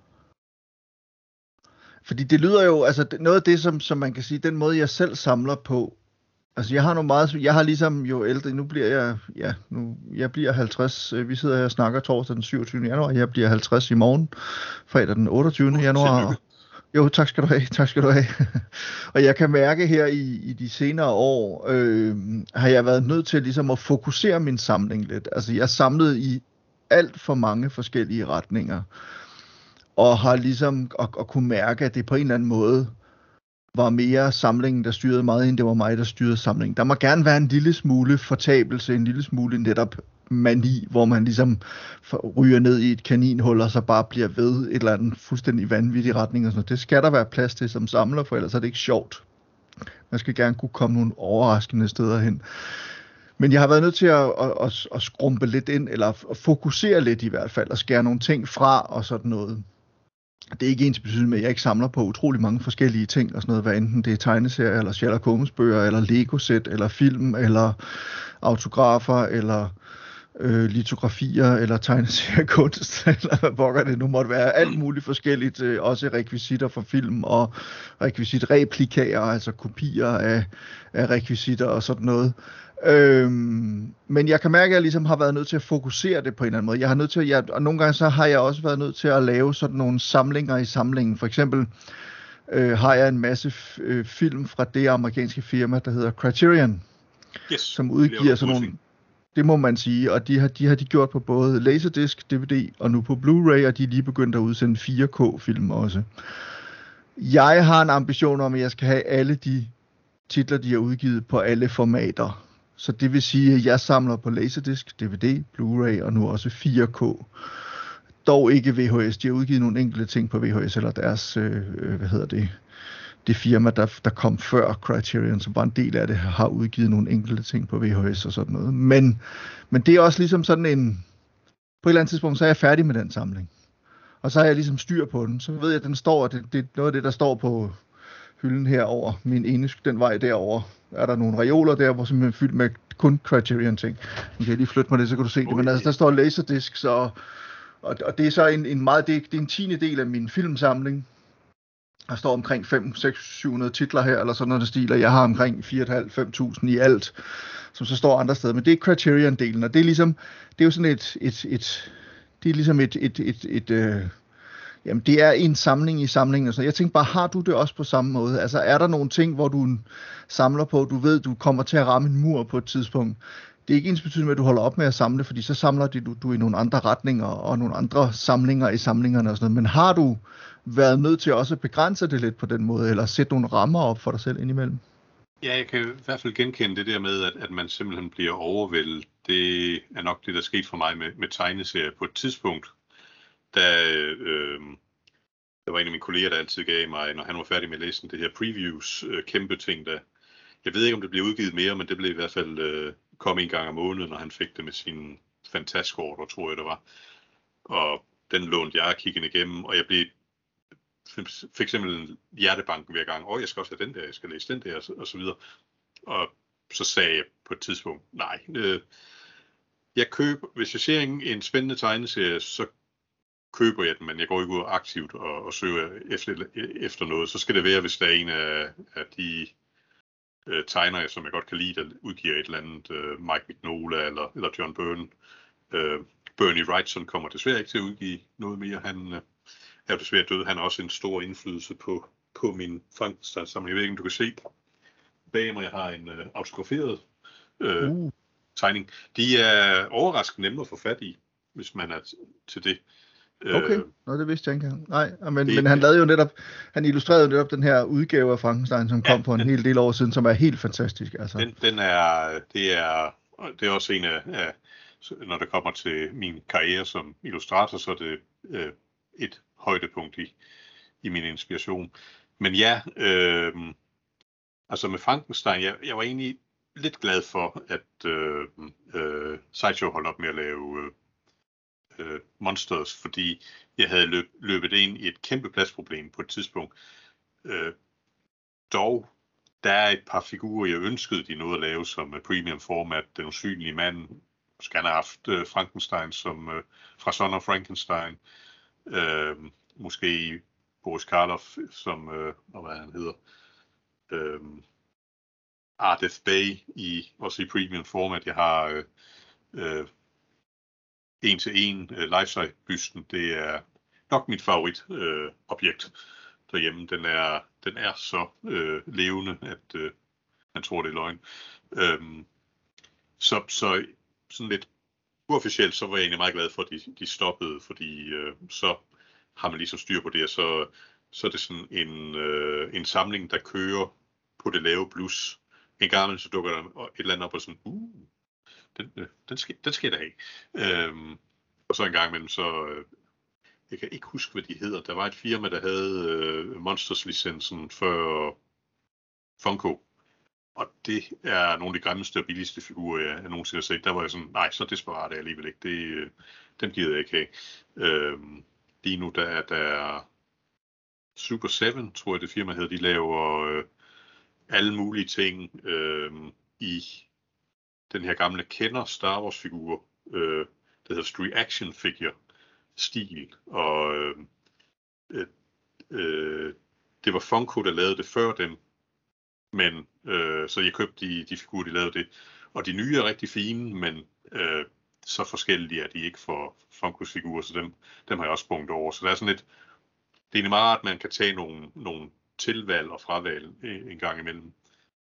Fordi det lyder jo, altså noget af det, som, som man kan sige, den måde, jeg selv samler på, altså jeg har nogle meget, jeg har ligesom jo ældre, nu bliver jeg, ja, nu, jeg bliver halvtreds, vi sidder her og snakker torsdag den syvogtyvende januar, jeg bliver halvtreds i morgen, fredag den otteogtyvende januar. Jo, tak skal du have, tak skal du have. Og jeg kan mærke her i, i de senere år, øh, har jeg været nødt til ligesom at fokusere min samling lidt. Altså jeg samlede i alt for mange forskellige retninger. Og har ligesom at, at kunne mærke, at det på en eller anden måde var mere samlingen, der styrede meget, end det var mig, der styrede samlingen. Der må gerne være en lille smule fortabelse, en lille smule netop mani, hvor man ligesom ryger ned i et kaninhul, og så bare bliver ved et eller andet fuldstændig vanvittig retning. Og sådan noget. Det skal der være plads til som samler, for ellers er det ikke sjovt. Man skal gerne kunne komme nogle overraskende steder hen. Men jeg har været nødt til at, at, at, at skrumpe lidt ind, eller at fokusere lidt i hvert fald, og skære nogle ting fra og sådan noget. Det er ikke ens betydning med, at jeg ikke samler på utrolig mange forskellige ting og sådan noget, hvad enten det er tegneserier, eller Sherlock Holmes bøger, eller Lego-sæt, eller film, eller autografer, eller øh, litografier, eller tegneseriekunst, eller hvad pokker det nu måtte være. Alt muligt forskelligt, øh, også rekvisitter for film, og rekvisitreplikager, altså kopier af, af rekvisitter og sådan noget. Øhm, men jeg kan mærke, at jeg ligesom har været nødt til at fokusere det på en eller anden måde. Jeg har nødt til at, jeg, og nogle gange så har jeg også været nødt til at lave sådan nogle samlinger i samlingen. For eksempel øh, har jeg en masse f- øh, film fra det amerikanske firma, der hedder Criterion, yes, som udgiver sådan nogle, det må man sige, og de har, de har de gjort på både Laserdisc, D V D og nu på Blu-ray, og de er lige begyndt at udsende fire K-film også. Jeg har en ambition om, at jeg skal have alle de titler, de har udgivet på alle formater. Så det vil sige, at jeg samler på Laserdisc, D V D, Blu-ray og nu også fire K. Dog ikke V H S. De har udgivet nogle enkelte ting på V H S, eller deres, øh, hvad hedder det, det firma, der, der kom før Criterion, som var en del af det, har udgivet nogle enkelte ting på V H S og sådan noget. Men, men det er også ligesom sådan en, på et eller andet tidspunkt, så er jeg færdig med den samling. Og så har jeg ligesom styr på den. Så ved jeg, at den står, det, det er noget af det, der står på hylden herover, min ene, den vej derover. Er der nogle reoler der, hvor simpelthen er fyldt med kun Criterion-ting. Nu kan jeg lige flytte mig det, så kan du se det. Men altså, der står Laserdisc, så, og, og det er så en, en meget, det er, det er en tiende del af min filmsamling. Der står omkring fem, seks, syv hundrede titler her, eller sådan noget stil, og jeg har omkring fire tusind fem hundrede fem tusind i alt, som så står andre steder. Men det er Criterion-delen, og det er ligesom, det er jo sådan et, et, et det er ligesom et, et, et, et, et øh, jamen det er en samling i samlingen. Så jeg tænkte bare, har du det også på samme måde? Altså er der nogle ting, hvor du samler på, du ved, du kommer til at ramme en mur på et tidspunkt? Det er ikke ens betydning med, at du holder op med at samle, fordi så samler du, du i nogle andre retninger og nogle andre samlinger i samlingerne og sådan noget. Men har du været nødt til også at begrænse det lidt på den måde, eller sætte nogle rammer op for dig selv indimellem? Ja, jeg kan i hvert fald genkende det der med, at, at man simpelthen bliver overvældet. Det er nok det, der skete for mig med, med tegneserier på et tidspunkt. Da øh, der var en af mine kolleger, der altid gav mig, når han var færdig med at læse det her previews, øh, kæmpe ting, der, jeg ved ikke, om det blev udgivet mere, men det blev i hvert fald øh, kom en gang om måneden, når han fik det med sin fantaskorder, tror jeg det var. Og den lånte jeg kiggende igennem, og jeg blev for eksempel hjertebanken hver gang, åh, jeg skal også have den der, jeg skal læse den der, og så, og så videre. Og så sagde jeg på et tidspunkt, nej, øh, jeg køber, hvis jeg ser en, en spændende tegneserie, så køber jeg den, men jeg går ikke ud aktivt og, og søger efter, efter noget. Så skal det være, hvis der er en af, af de øh, tegnere, som jeg godt kan lide, der udgiver et eller andet øh, Mike Mignola eller, eller John Byrne. Øh, Bernie Wrightson kommer desværre ikke til at udgive noget mere. Han øh, er desværre død. Han har også en stor indflydelse på, på min Frankenstein-samling. Jeg ved ikke, om du kan se bag mig, jeg har en øh, autograferet øh, uh. tegning. De er overraskende nemme at få fat i, hvis man er t- til det. Okay, Nå, det vidste jeg ikke engang. Nej, men, det, men han lavede jo netop, han illustrerede jo netop den her udgave af Frankenstein, som kom ja, på en den, hel del år siden, som er helt fantastisk. Altså. Den, den er, det er, det er også en af, af, når det kommer til min karriere som illustrator, så er det øh, et højdepunkt i, i min inspiration. Men ja, øh, altså med Frankenstein, jeg, jeg var egentlig lidt glad for, at øh, øh, Sideshow holdt op med at lave øh, Uh, Monsters, fordi jeg havde løb, løbet ind i et kæmpe pladsproblem på et tidspunkt. Uh, dog, der er et par figurer, jeg ønskede, de nåede at lave som uh, premium format. Den usynlige mand, måske han har haft uh, Frankenstein som uh, fra Son of Frankenstein. Uh, måske Boris Karloff som, uh, hvad han hedder, uh, Ardeth Bay, i, også i premium format. Jeg har uh, uh, en til en uh, life-size-bysten, det er nok mit favorit uh, objekt derhjemme. Den er, den er så uh, levende, at uh, man tror, det er løgn. Um, så, så sådan lidt uofficielt, så var jeg egentlig meget glad for, at de, de stoppede, fordi uh, så har man ligesom styr på det, og så, så er det sådan en, uh, en samling, der kører på det lave blus. En gang så dukker der et eller andet op og sådan, uh, Den, den, skal, den skal jeg da have. Øhm, og så en gang imellem, så øh, jeg kan ikke huske, hvad de hedder. Der var et firma, der havde øh, Monsters-licensen for Funko. Og det er nogle af de grimmeste og billigste figurer, jeg, jeg nogensinde har set. Der var jeg sådan, nej, så desperat er jeg alligevel ikke. Det, øh, den gider jeg ikke have. Øhm, lige nu, der er der Super syv, tror jeg det firma hedder. De laver øh, alle mulige ting øh, i den her gamle kender Star Wars figur, øh, der hedder Street Action Figure stil, og øh, øh, det var Funko, der lavede det før dem, men øh, så jeg købte de, de figurer, de lavede det, og de nye er rigtig fine, men øh, så forskellige er de ikke for Funkos figurer, så dem, dem har jeg også bunket over, så der er sådan lidt, det er egentlig meget, at man kan tage nogle, nogle tilvalg og fravalg en gang imellem,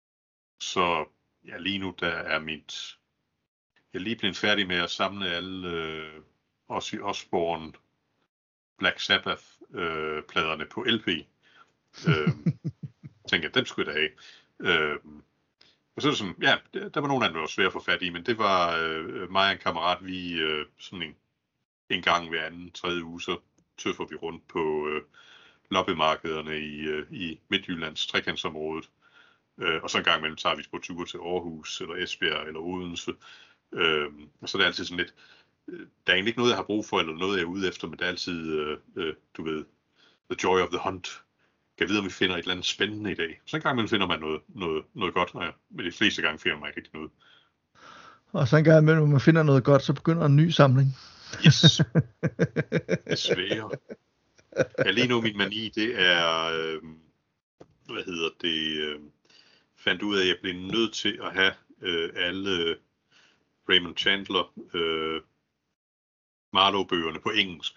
så ja, lige nu der er mit... Jeg er lige blevet færdig med at samle alle øh, Ozzy Osbourne Black Sabbath-pladerne øh, på L P. øh, tænker jeg, dem skulle jeg da have. Øh, og så er det sådan, ja, der var nogle af dem, der var svære at få fat i, men det var øh, mig og en kammerat, vi øh, sådan en, en gang hver anden, tredje uge, så tøffer vi rundt på øh, loppemarkederne i, øh, i Midtjyllands trekantsområdet. Øh, og så en gang imellem tager vi på ture til Aarhus, eller Esbjerg, eller Odense. Øh, og så er det altid sådan lidt, øh, der er egentlig ikke noget, jeg har brug for, eller noget, jeg er ude efter, men det er altid, øh, øh, du ved, the joy of the hunt. Jeg vide, om vi finder et eller andet spændende i dag. Så en gang imellem finder man noget, noget, noget godt, og ja, men de fleste gange finder man ikke rigtig noget. Og så en gang imellem, når man finder noget godt, så begynder en ny samling. Yes. Desværre. Ja, lige nu min mani, det er, øh, hvad hedder det, øh, fandt ud af, at jeg blev nødt til at have øh, alle Raymond Chandler øh, Marlowe-bøgerne på engelsk.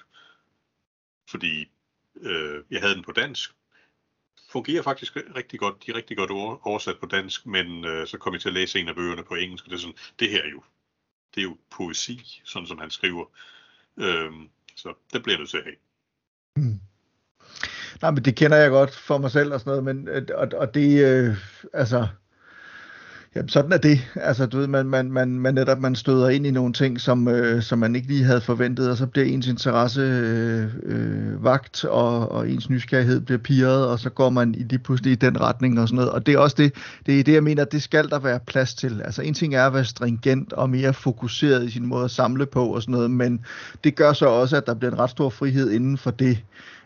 Fordi øh, jeg havde den på dansk. Fungerer faktisk rigtig godt. De er rigtig godt oversat på dansk, men øh, så kom jeg til at læse en af bøgerne på engelsk, og det er sådan, det her er jo, det er jo poesi, sådan som han skriver. Øh, så det bliver jeg nødt til at have. Hmm. Nej, men det kender jeg godt for mig selv og sådan noget, men og, og det, øh, altså, jamen sådan er det. Altså, du ved, man, man, man, man netop man støder ind i nogle ting, som, øh, som man ikke lige havde forventet, og så bliver ens interesse øh, øh, vagt, og, og ens nysgerrighed bliver pirret, og så går man i lige pludselig i den retning og sådan noget. Og det er også det, det er det, jeg mener, det skal der være plads til. Altså, en ting er at være stringent og mere fokuseret i sin måde at samle på og sådan noget, men det gør så også, at der bliver en ret stor frihed inden for det,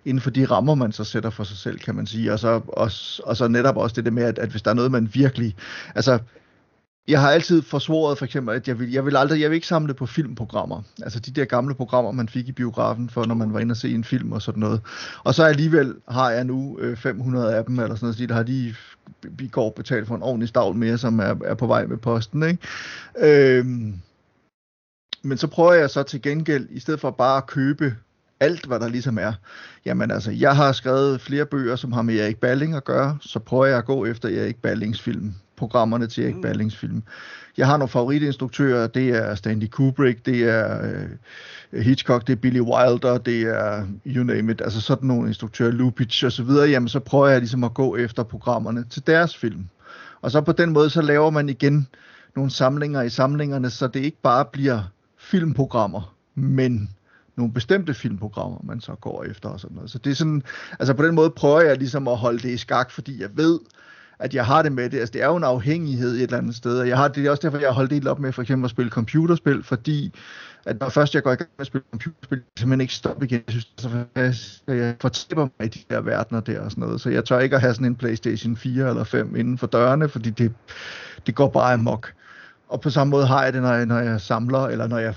inden for de rammer, man så sætter for sig selv, kan man sige. Og så, og, og så netop også det der med, at, at hvis der er noget, man virkelig... Altså, jeg har altid forsvoret for eksempel, at jeg vil, jeg vil aldrig, jeg vil ikke samle på filmprogrammer. Altså de der gamle programmer, man fik i biografen for, når man var inde og se en film og sådan noget. Og så alligevel har jeg nu øh, fem hundrede af dem, eller sådan noget, så der har de i går betalt for en ordentlig stavl mere, som er, er på vej med posten, ikke? Øhm, men så prøver jeg så til gengæld, i stedet for bare at købe alt, hvad der ligesom er. Jamen altså, jeg har skrevet flere bøger, som har med Erik Balling at gøre, så prøver jeg at gå efter Erik Ballings film. Programmerne til Erik mm. Ballings film. Jeg har nogle favoritinstruktører, det er Stanley Kubrick, det er øh, Hitchcock, det er Billy Wilder, det er you name it, altså sådan nogle instruktører, Lubitsch og så videre, jamen så prøver jeg ligesom at gå efter programmerne til deres film. Og så på den måde, så laver man igen nogle samlinger i samlingerne, så det ikke bare bliver filmprogrammer, men nogle bestemte filmprogrammer, man så går efter og sådan noget. Så det er sådan, altså på den måde prøver jeg ligesom at holde det i skak, fordi jeg ved, at jeg har det med det. Altså, det er jo en afhængighed et eller andet sted, og jeg har, det er også derfor, jeg har holdt helt op med for eksempel at spille computerspil, fordi at når først jeg går i gang med at spille computerspil, så simpelthen ikke stoppe igen. Jeg synes, det er så fantastisk, at jeg fortæber mig i de der verdener der og sådan noget, så jeg tør ikke at have sådan en PlayStation fire eller fem inden for dørene, fordi det, det går bare amok. Og på samme måde har jeg det, når jeg, når jeg samler, eller når jeg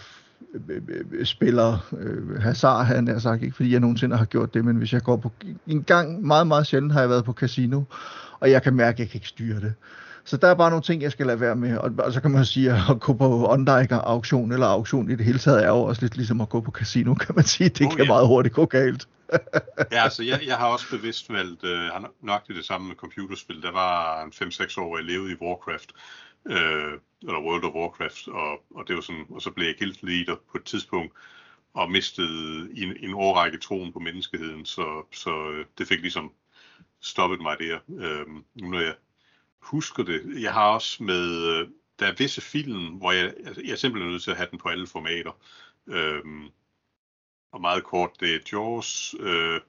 spiller øh, hasard, han har sagt, ikke fordi jeg nogensinde har gjort det, men hvis jeg går på en gang, meget, meget sjældent har jeg været på casino, og jeg kan mærke, at jeg kan ikke styre det. Så der er bare nogle ting, jeg skal lade være med, og, og så kan man sige, at gå på Ondiker-auktion, eller auktion i det hele taget, er jo også lidt ligesom at gå på casino, kan man sige. Det oh, kan ja. meget hurtigt gå galt. Ja, altså jeg, jeg har også bevidst valgt, øh, nøjagtigt det samme med computerspil. Der var en fem seks år, hvor jeg levede i Warcraft, øh, eller World of Warcraft, og, og, det var sådan, og så blev jeg guild leader på et tidspunkt, og mistede i en, en årrække troen på menneskeheden, så, så det fik ligesom stoppet mig der. Øhm, nu når jeg husker det, jeg har også med, der er visse film, hvor jeg, jeg er simpelthen nødt til at have den på alle formater. Øhm, og meget kort, det er Jaws, øh,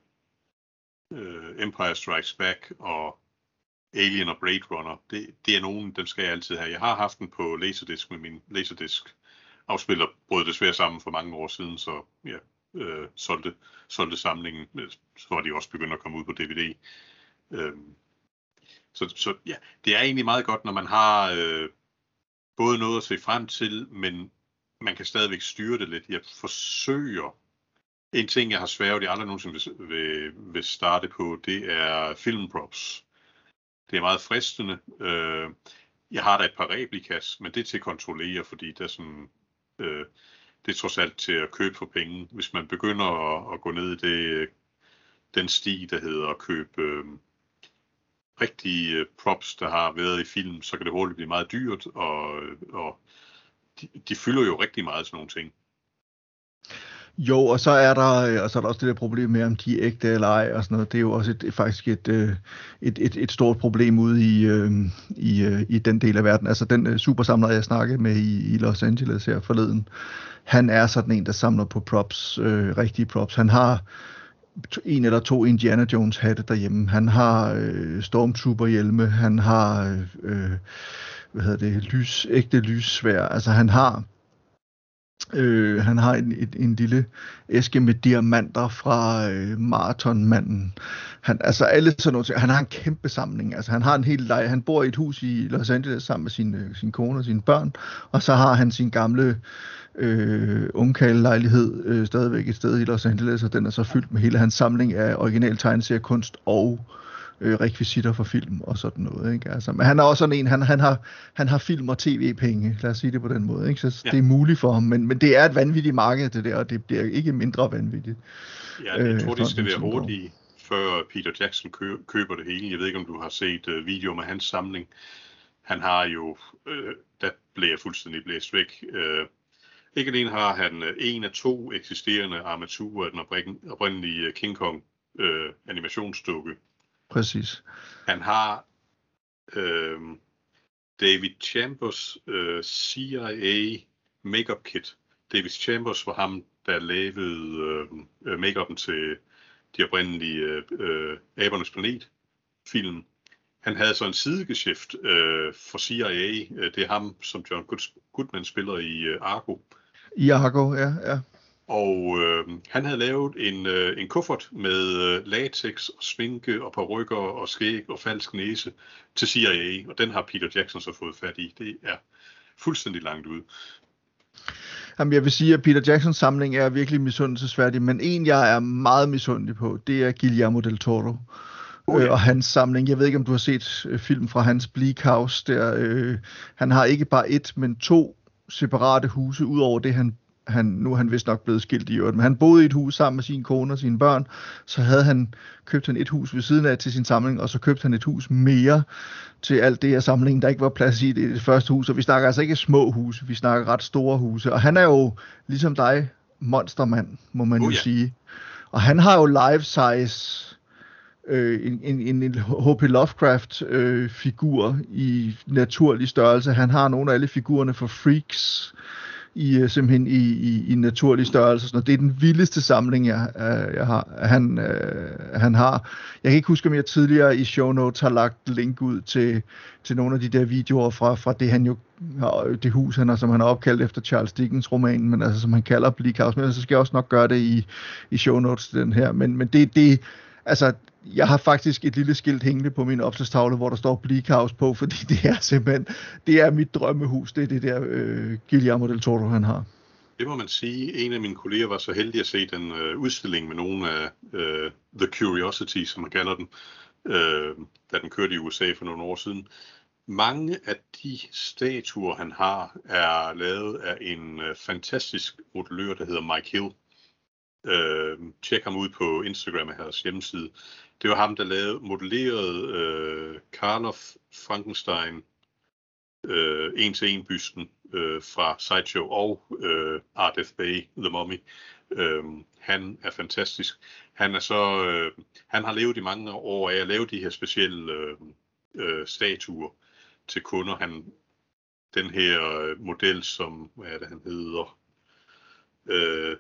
øh, Empire Strikes Back og Alien og Blade Runner. Det, det er nogen, dem skal jeg altid have. Jeg har haft den på Laserdisc med min Laserdisc afspiller, brød desværre sammen for mange år siden, så ja, øh, solgte, solgte samlingen, så var de også begyndt at komme ud på D V D. Øhm, så, så ja, det er egentlig meget godt, når man har øh, både noget at se frem til, men man kan stadigvæk styre det lidt. Jeg forsøger, en ting jeg har sværget, jeg aldrig nogensinde vil, vil, vil starte på, det er filmprops. Det er meget fristende. Øh, jeg har da et par replikas, men det er til at kontrollere, fordi det er sådan, øh, det er trods alt til at købe for penge. Hvis man begynder at, at gå ned i det, den sti, der hedder at købe øh, rigtige props, der har været i film, så kan det hurtigt blive meget dyrt, og, og de, de fylder jo rigtig meget sådan nogle ting. Jo, og så er der, og så er der også det der problem med, om de er ægte eller ej, og sådan noget. Det er jo også et, faktisk et, et, et, et stort problem ude i, i, i den del af verden. Altså den supersamler, jeg snakkede med i, i Los Angeles her forleden, han er sådan en, der samler på props, øh, rigtige props. Han har en eller to Indiana Jones hatte derhjemme. Han har øh, Stormtrooper hjelme. Han har øh, hvad hedder det, lys, ægte lyssvær. Altså han har øh, han har en, en, en lille æske med diamanter fra øh, maratonmanden. Han, altså alle sådan nogle ting. Han har en kæmpe samling. Altså han har en hel lejr. Han bor i et hus i Los Angeles sammen med sin, øh, sin kone og sine børn. Og så har han sin gamle øh, ungkarl-lejlighed øh, stadigvæk et sted i Los Angeles, og den er så fyldt med hele hans samling af original tegneseriekunst og øh, rekvisitter for film og sådan noget, ikke? Altså, men han er også sådan en, han, han, har, han har film og tv-penge, lad os sige det på den måde, ikke? Så ja. Det er muligt for ham, men, men det er et vanvittigt marked, det der, og det bliver ikke mindre vanvittigt. Ja, jeg tror, øh, det skal være hurtigt, før Peter Jackson kø- køber det hele. Jeg ved ikke, om du har set uh, video med hans samling. Han har jo, øh, der blev jeg fuldstændig blæst væk. Øh, Ikke alene har han en af to eksisterende armaturer af den oprindelige King Kong øh, animationsdukke. Præcis. Han har øh, David Chambers øh, C I A makeup kit. David Chambers var ham, der lavede øh, make-up'en til de oprindelige øh, Abernes Planet film. Han havde så en sidegeschæft øh, for C I A. Det er ham, som John Goodman spiller i øh, Argo. I Argo, ja, ja. Og øh, han havde lavet en, øh, en kuffert med øh, latex og sminke og parykker og skæg og falsk næse til C I A, og den har Peter Jackson så fået fat i. Det er fuldstændig langt ude. Jamen, jeg vil sige, at Peter Jacksons samling er virkelig misundelsesværdig, men en, jeg er meget misundelig på, det er Guillermo del Toro. Oh, ja. øh, og hans samling. Jeg ved ikke, om du har set øh, film fra hans Bleak House. Der, øh, han har ikke bare et, men to separate huse, udover det, han Han, nu er han vist nok blevet skilt i øvrigt, men han boede i et hus sammen med sin kone og sine børn, så havde han købt han et hus ved siden af til sin samling, og så købte han et hus mere til alt det af samlingen, der ikke var plads i det, det første hus, og vi snakker altså ikke små huse, vi snakker ret store huse, og han er jo, ligesom dig, monstermand, må man oh, jo ja. sige, og han har jo life-size øh, en, en, en H P Lovecraft øh, figur i naturlig størrelse, han har nogle af alle figurerne for Freaks, i simpelthen i, i, i naturlig størrelse. Så det er den vildeste samling, jeg, jeg har, han, øh, han har. Jeg kan ikke huske, om jeg tidligere i show notes har lagt link ud til, til nogle af de der videoer fra, fra det, han jo, det hus, han har, som han har opkaldt efter Charles Dickens romanen, men altså som han kalder Bleak House. Men så skal jeg også nok gøre det i, i show notes til den her. Men, men det, det, altså, jeg har faktisk et lille skilt hængende på min opslagstavle, hvor der står Bleak House på, fordi det er simpelthen, det er mit drømmehus, det er det der øh, Guillermo del Toro, han har. Det må man sige. En af mine kolleger var så heldig at se den øh, udstilling med nogle af øh, The Curiosity, som man kalder den, øh, da den kørte i U S A for nogle år siden. Mange af de statuer, han har, er lavet af en øh, fantastisk modellør, der hedder Mike Hill. Øh, tjek ham ud på Instagram af hans hjemmeside. Det var ham, der lavede modelleret øh, Karloff Frankenstein øh, en-til-en bysten øh, fra Sideshow og øh, Ardeth Bay, The Mummy. Øh, han er fantastisk. Han er så øh, han har levet i mange år af at lave de her specielle øh, øh, statuer til kunder. Han den her øh, model, som hvad er det han hedder? Øh,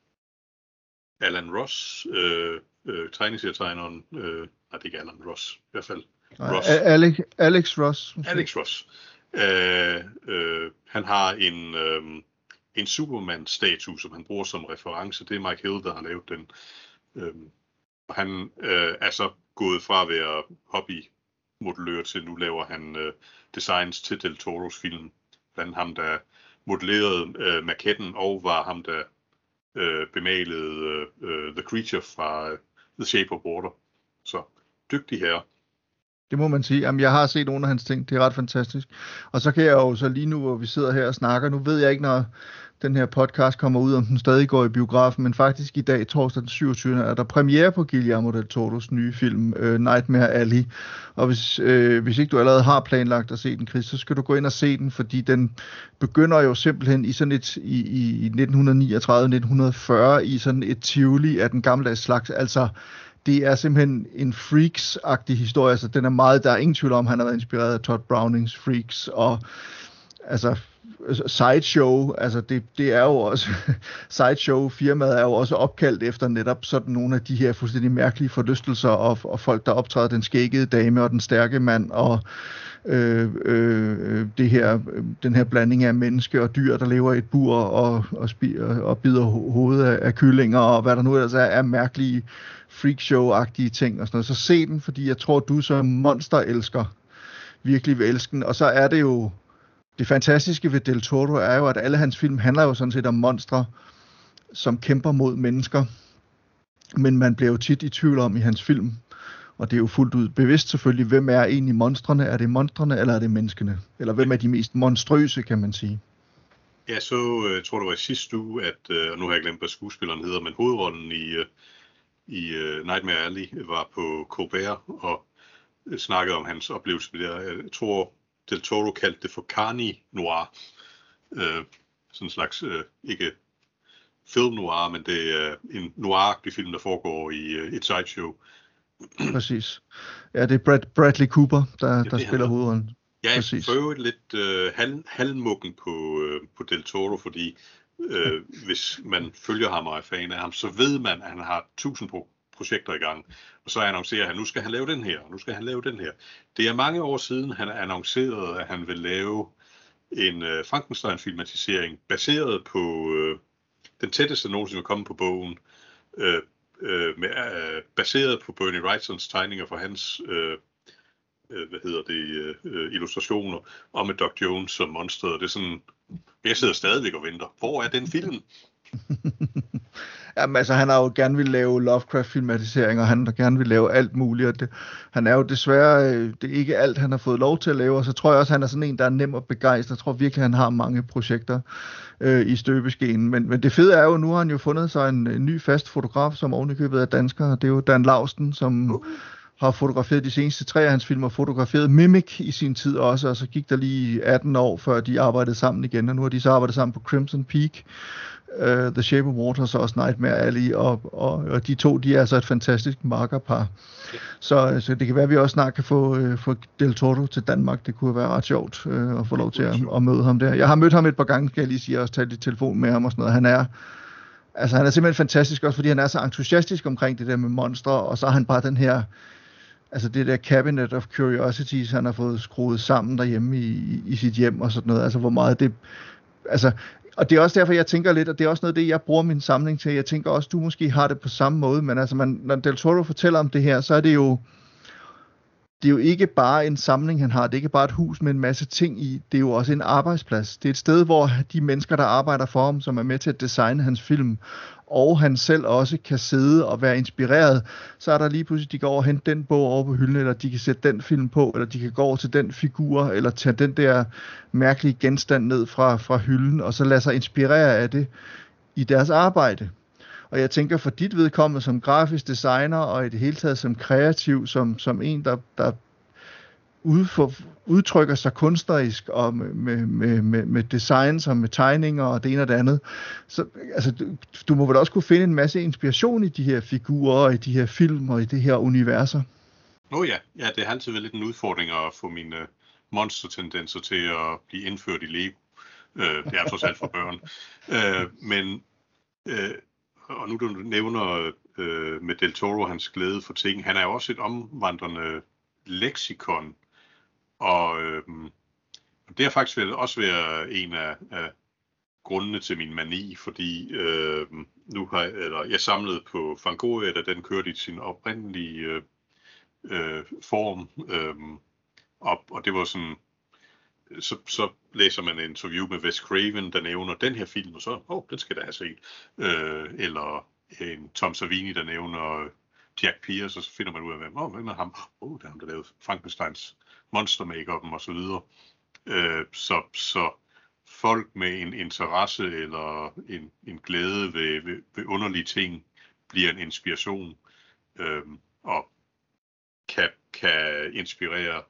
Alan Ross, øh, øh, tegneserietegneren, øh, nej det er ikke Alan Ross, i hvert fald Ross. Alex, Alex Ross. Alex Ross. Øh, øh, han har en, øh, en Superman-statue, som han bruger som reference. Det er Mike Hill, der har lavet den. Øh, og han øh, er så gået fra at være hobbymodellør til, nu laver han øh, designs til Del Toros film. Blandt ham, der modellerede øh, maketten, og var ham, der Øh, bemalede øh, The Creature fra øh, The Shape of Water. Så dygtig herre. Det må man sige. Jamen, jeg har set nogle af hans ting. Det er ret fantastisk. Og så kan jeg jo så lige nu, hvor vi sidder her og snakker, nu ved jeg ikke, når den her podcast kommer ud, om den stadig går i biografen, men faktisk i dag, torsdag den syvogtyvende er der premiere på Guillermo del Toros nye film, uh, Nightmare Alley. Og hvis, øh, hvis ikke du allerede har planlagt at se den, Chris, så skal du gå ind og se den, fordi den begynder jo simpelthen i sådan et, i, i nitten niogtredive nitten fyrre, i sådan et tivoli af den gammeldags slags, altså det er simpelthen en Freaks-agtig historie, altså den er meget, der er ingen tvivl om, han har været inspireret af Todd Brownings Freaks, og altså Sideshow, altså det, det er jo også, Sideshow firmaet er jo også opkaldt efter netop sådan nogle af de her fuldstændig mærkelige forlystelser, og, og folk, der optræder den skæggede dame og den stærke mand, og øh, øh, det her, den her blanding af menneske og dyr, der lever i et bur og, og, spi, og, og bider ho- hovedet af, af kyllinger, og hvad der nu ellers er, er mærkelige freakshow-agtige ting og sådan noget. Så se den, fordi jeg tror, du som monsterelsker virkelig vil elske den, og så er det jo det fantastiske ved Del Toro er jo, at alle hans film handler jo sådan set om monstre, som kæmper mod mennesker. Men man bliver jo tit i tvivl om i hans film, og det er jo fuldt ud bevidst selvfølgelig, hvem er egentlig monstrene? Er det monstrene, eller er det menneskene? Eller hvem er de mest monstrøse, kan man sige? Ja, så jeg tror det var i sidste uge, at, og nu har jeg glemt, hvad skuespilleren hedder, men hovedrollen i, i Nightmare Alley var på Colbert, og snakkede om hans oplevelse med det. Jeg tror, Del Toro kaldte det for carni noir. Øh, sådan en slags, øh, ikke film noir, men det er en noir-agtig film, der foregår i øh, et sideshow. Præcis. Ja, det er Brad, Bradley Cooper, der, ja, der spiller hovedrollen. Jeg er for øvrigt lidt øh, halv, halvmuggen på, øh, på Del Toro, fordi øh, hvis man følger ham og er fan af ham, så ved man, at han har tusind pro- projekter i gang. Og så annoncerer han, nu skal han lave den her, og nu skal han lave den her. Det er mange år siden, han annoncerede, at han vil lave en uh, Frankenstein-filmatisering, baseret på uh, den tætteste nogensinde er kommet på bogen, øh, øh, med, øh, baseret på Bernie Wrightsons tegninger fra hans øh, øh, hvad hedder det, øh, illustrationer, og med Doc Jones som monsteret. Det er sådan, jeg sidder stadigvæk og venter. Hvor er den film? Jamen, altså, han har jo gerne vil lave Lovecraft-filmatisering, og han har gerne vil lave alt muligt, og det, han er jo desværre, øh, det er ikke alt, han har fået lov til at lave, og så tror jeg også, han er sådan en, der er nem at begejstre. Jeg tror virkelig, han har mange projekter øh, i støbeskeen, men, men det fede er jo, nu har han jo fundet sig en, en ny fast fotograf, som ovenikøbet er dansker, og det er jo Dan Lausten, som uh. har fotograferet de seneste tre af hans film, og fotograferet Mimic i sin tid også, og så gik der lige atten år, før de arbejdede sammen igen, og nu har de så arbejdet sammen på Crimson Peak, Uh, The Shape of Water, så også Nightmare Alley, og, og, og de to, de er så et fantastisk makkerpar. Så, så det kan være, at vi også snart kan få, uh, få Del Toro til Danmark. Det kunne være ret sjovt uh, at få lov til at, at møde ham der. Jeg har mødt ham et par gange, skal jeg lige sige, og også talt i telefon med ham og sådan noget. Han er, altså, han er simpelthen fantastisk, også fordi han er så entusiastisk omkring det der med monstre, og så har han bare den her, altså det der Cabinet of Curiosities, han har fået skruet sammen derhjemme i, i, i sit hjem og sådan noget. Altså hvor meget det, altså. Og det er også derfor, jeg tænker lidt, og det er også noget af det, jeg bruger min samling til. Jeg tænker også, du måske har det på samme måde, men altså, man, når Del Toro fortæller om det her, så er det jo, det er jo ikke bare en samling, han har. Det er ikke bare et hus med en masse ting i. Det er jo også en arbejdsplads. Det er et sted, hvor de mennesker, der arbejder for ham, som er med til at designe hans film, og han selv også kan sidde og være inspireret, så er der lige pludselig, de går over og hente den bog over på hylden, eller de kan sætte den film på, eller de kan gå over til den figur, eller tage den der mærkelige genstand ned fra, fra hylden, og så lade sig inspirere af det i deres arbejde. Og jeg tænker, for dit vedkommende som grafisk designer, og i det hele taget som kreativ, som, som en, der, der udfor, udtrykker sig kunstnerisk, og med, med, med, med designs og med tegninger og det ene og det andet, så altså, du, du må vel også kunne finde en masse inspiration i de her figurer, og i de her film, og i det her universer. Nå oh ja, ja, det har altid været lidt en udfordring at få mine monstertendenser til at blive indført i Lego. Øh, det er trods alt for børn. Øh, men øh, og nu du nævner øh, med Del Toro, hans glæde for ting, han er jo også et omvandrende leksikon, og øh, det har faktisk været, også været en af, af grundene til min mani, fordi øh, nu har jeg, eller jeg samlede på Fangoria, da den kørte i sin oprindelige øh, øh, form, øh, og, og det var sådan, så, så læser man en interview med Wes Craven, der nævner den her film, og så, åh, oh, den skal der have set. Øh, eller en Tom Savini, der nævner Jack Pierce, og så finder man ud af, hvem, oh, hvem er ham? Åh, oh, det er ham, der lavede Frankensteins monster make-up'en, og så videre. Øh, så, så folk med en interesse eller en, en glæde ved, ved, ved underlige ting, bliver en inspiration, øh, og kan, kan inspirere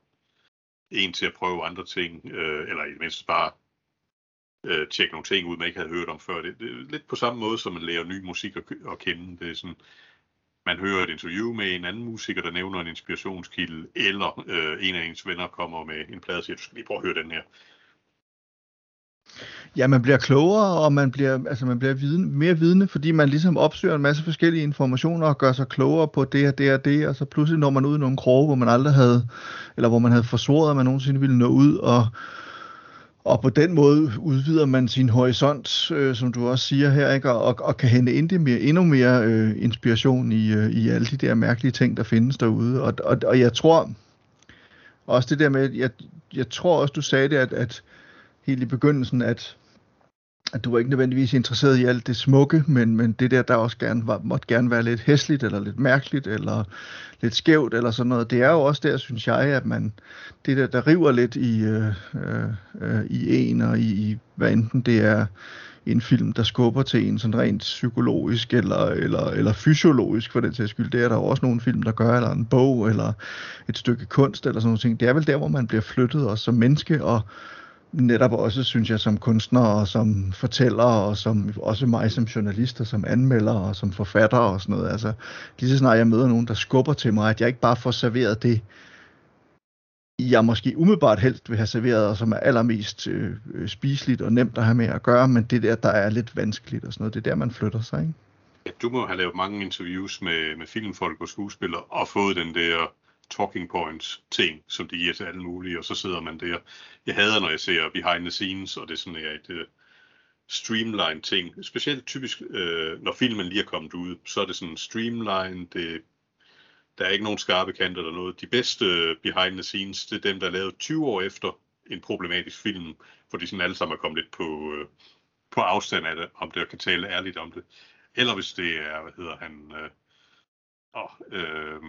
en til at prøve andre ting, øh, eller i det mindste bare øh, tjekke nogle ting ud, man ikke havde hørt om før. Det, det er lidt på samme måde, som man lærer ny musik at, at kende. Det er sådan, man hører et interview med en anden musiker, der nævner en inspirationskilde, eller øh, en af ens venner kommer med en plade og siger, du skal lige prøve at høre den her. Ja, man bliver klogere, og man bliver, altså man bliver viden, mere vidende, fordi man ligesom opsøger en masse forskellige informationer og gør sig klogere på det og det og det, og så pludselig når man ud i nogle kroge, hvor man aldrig havde, eller hvor man havde forsvoret, at man nogensinde ville nå ud, og, og på den måde udvider man sin horisont, øh, som du også siger her, ikke? Og, og kan hente endnu mere, endnu mere øh, inspiration i, øh, i alle de der mærkelige ting, der findes derude. Og, og, og jeg tror også det der med, jeg, jeg tror også, du sagde det, at, at helt i begyndelsen, at, at du var ikke nødvendigvis interesseret i alt det smukke, men, men det der, der også gerne var, måtte gerne være lidt hæsligt, eller lidt mærkeligt, eller lidt skævt, eller sådan noget. Det er jo også der, synes jeg, at man, det der, der river lidt i, øh, øh, i en, og i, i, hvad enten det er en film, der skubber til en sådan rent psykologisk, eller, eller, eller fysiologisk, for den sags skyld. Det er der jo også nogle film, der gør, eller en bog, eller et stykke kunst, eller sådan noget ting. Det er vel der, hvor man bliver flyttet også som menneske, og netop også, synes jeg, som kunstner og som fortæller, og som også mig som journalist og som anmelder og som forfatter og sådan noget. Altså, lige så snart jeg møder nogen, der skubber til mig, at jeg ikke bare får serveret det, jeg måske umiddelbart helst vil have serveret, og som er allermest øh, spiseligt og nemt at have med at gøre, men det der, der er lidt vanskeligt og sådan noget, det er der, man flytter sig, ikke? Ja, du må have lavet mange interviews med, med filmfolk og skuespillere, og fået den der talking points ting, som de giver til alle mulige, og så sidder man der. Jeg hader, når jeg ser behind the scenes, og det er sådan et uh, streamline ting. Specielt typisk, øh, når filmen lige er kommet ud, så er det sådan streamline, det, der er ikke nogen skarpe kanter eller noget. De bedste behind the scenes, det er dem, der er lavet tyve år efter en problematisk film, hvor de sådan alle sammen er kommet lidt på, øh, på afstand af det, om det kan tale ærligt om det. Eller hvis det er, hvad hedder han, øh, åh, øh,